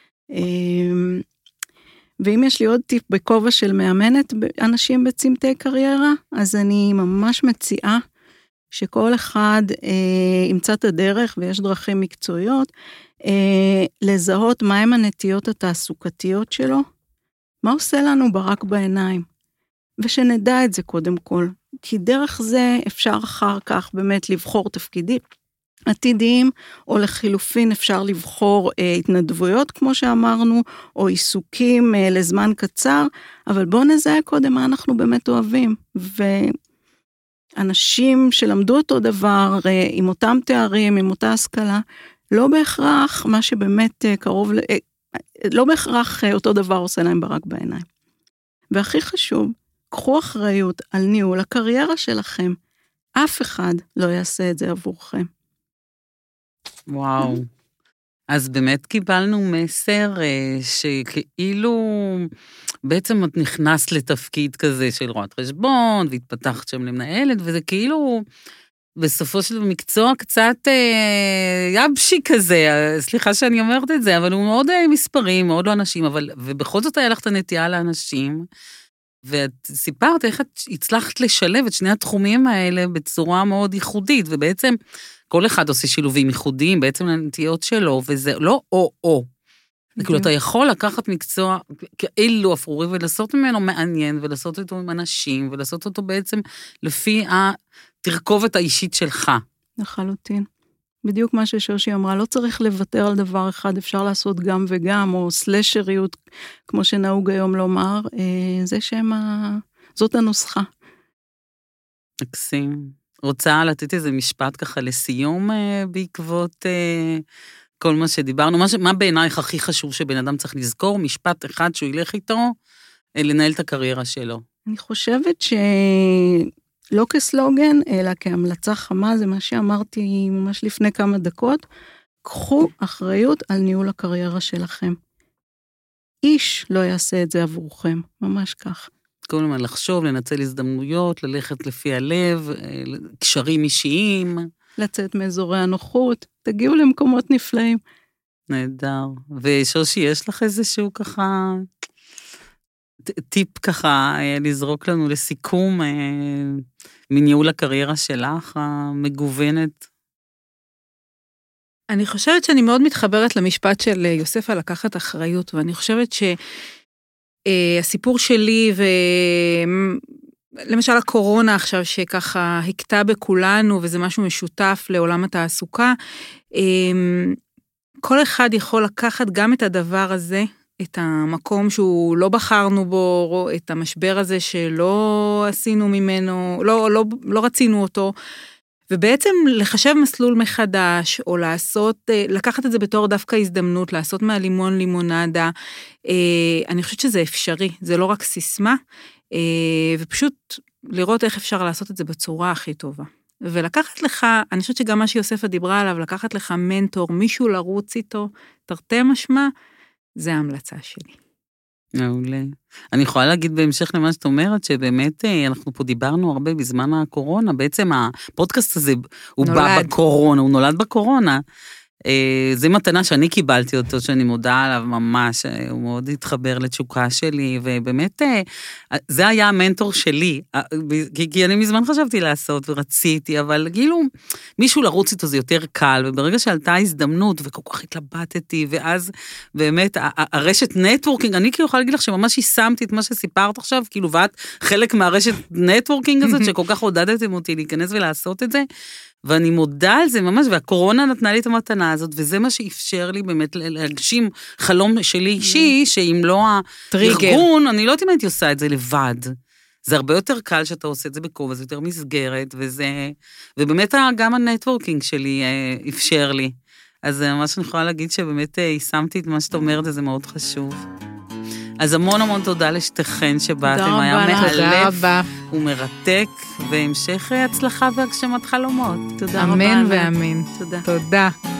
ואם יש לי עוד טיפ בכובע של מאמנת אנשים בצמתי קריירה, אז אני ממש מציעה, שכל אחד אה, ימצא את הדרך, ויש דרכים מקצועיות, אה, לזהות מהם הנטיות התעסוקתיות שלו, מה עושה לנו ברק בעיניים, ושנדע את זה קודם כל, כי דרך זה אפשר אחר כך באמת לבחור תפקידים עתידיים, או לחילופין אפשר לבחור אה, התנדבויות, כמו שאמרנו, או עיסוקים אה, לזמן קצר, אבל בואו נזהה קודם מה אנחנו באמת אוהבים, ו... אנשים שלמדו אותו דבר, עם אותם תארים, עם אותה השכלה, לא בהכרח מה שבאמת קרוב, לא בהכרח אותו דבר עושה להם ברק בעיניים. והכי חשוב, קחו אחריות על ניהול הקריירה שלכם. אף אחד לא יעשה את זה עבורכם. וואו. אז באמת קיבלנו מסר שכאילו בעצם את נכנס לתפקיד כזה של רואת חשבון, והתפתחת שם למנהלת, וזה כאילו בסופו של מקצוע קצת אה, יבשי כזה, סליחה שאני אומרת את זה, אבל הוא מאוד אה, מספרים, מאוד לא אנשים, אבל, ובכל זאת היה לך את הנטייה לאנשים, ואת סיפרת איך את הצלחת לשלב את שני התחומים האלה בצורה מאוד ייחודית, ובעצם כל אחד עושה שילובים ייחודיים, בעצם לנטיות שלו, וזה לא או-או. כאילו, אתה יכול לקחת מקצוע כאילו אפרורי, ולעשות ממנו מעניין, ולעשות אותו עם אנשים, ולעשות אותו בעצם לפי התרכובת האישית שלך. לחלוטין. בדיוק מה ששושי אמרה, לא צריך לוותר על דבר אחד, אפשר לעשות גם וגם, או סלשריות, כמו שנהוג היום לומר, זה שם ה... זאת הנוסחה. מקסים. רוצה לתת איזה משפט ככה לסיום בעקבות כל מה שדיברנו? מה, מה בעינייך הכי חשוב שבן אדם צריך לזכור? משפט אחד שהוא ילך איתו, לנהל את הקריירה שלו. אני חושבת שלא כסלוגן, אלא כהמלצה חמה, זה מה שאמרתי ממש לפני כמה דקות, קחו אחריות על ניהול הקריירה שלכם. איש לא יעשה את זה עבורכם, ממש כך. כל הזמן לחשוב, לנצל הזדמנויות, ללכת לפי הלב, קשרים אישיים. לצאת מאזורי הנוחות, תגיעו למקומות נפלאים. נהדר. ושושי, יש לך איזשהו ככה, טיפ ככה, לזרוק לנו לסיכום, מניהול הקריירה שלך, המגוונת? אני חושבת שאני מאוד מתחברת למשפט של יוסף על לקחת אחריות, ואני חושבת שהסיפור שלי, ולמשל הקורונה עכשיו שככה הקטע בכולנו, וזה משהו משותף לעולם התעסוקה, כל אחד יכול לקחת גם את הדבר הזה, את המקום שהוא לא בחרנו בו, את המשבר הזה שלא עשינו ממנו, לא, לא, לא רצינו אותו, ובעצם לחשב מסלול מחדש, או לעשות, לקחת את זה בתור דווקא הזדמנות, לעשות מהלימון לימונדה, אני חושבת שזה אפשרי, זה לא רק סיסמה, ופשוט לראות איך אפשר לעשות את זה בצורה הכי טובה. ולקחת לך, אני חושבת שגם מה שיוספה דיברה עליו, לקחת לך מנטור, מישהו לרוץ איתו, תרתי משמע, זה ההמלצה שלי. מעולה. אני יכולה להגיד בהמשך למה שאת אומרת, שבאמת אנחנו פה דיברנו הרבה בזמן הקורונה, בעצם הפודקאסט הזה הוא נולד. בא בקורונה, הוא נולד בקורונה. זה מתנה שאני קיבלתי אותו, שאני מודה עליו ממש, הוא מאוד התחבר לתשוקה שלי, ובאמת זה היה המנטור שלי, כי, כי אני מזמן חשבתי לעשות ורציתי, אבל כאילו מישהו לרוץ איתו זה יותר קל, וברגע שעלתה הזדמנות וכל כך התלבטתי, ואז באמת הרשת נטוורקינג, אני כאילו יכולה להגיד לך שממש יישמתי את מה שסיפרת עכשיו, כאילו ואת חלק מהרשת נטוורקינג הזאת, שכל כך עודדתם אותי להיכנס ולעשות את זה, ואני מודה על זה ממש, והקורונה נתנה לי את המתנה הזאת, וזה מה שאפשר לי באמת להגשים חלום שלי אישי, שאם לא הארגון, אני לא יודעת אם הייתי עושה את זה לבד. זה הרבה יותר קל שאתה עושה את זה בכובע, זה יותר מסגרת, וזה, ובאמת גם הנטוורקינג שלי אפשר לי. אז מה שאני יכולה להגיד שבאמת יישמתי את מה שאת אומרת, זה מאוד חשוב. אז המון המון תודה לשתיכן שבאתם, היה מאלף ומרתק, והמשך הצלחה והגשמת חלומות. תודה רבה. אמן ואמן. תודה. תודה.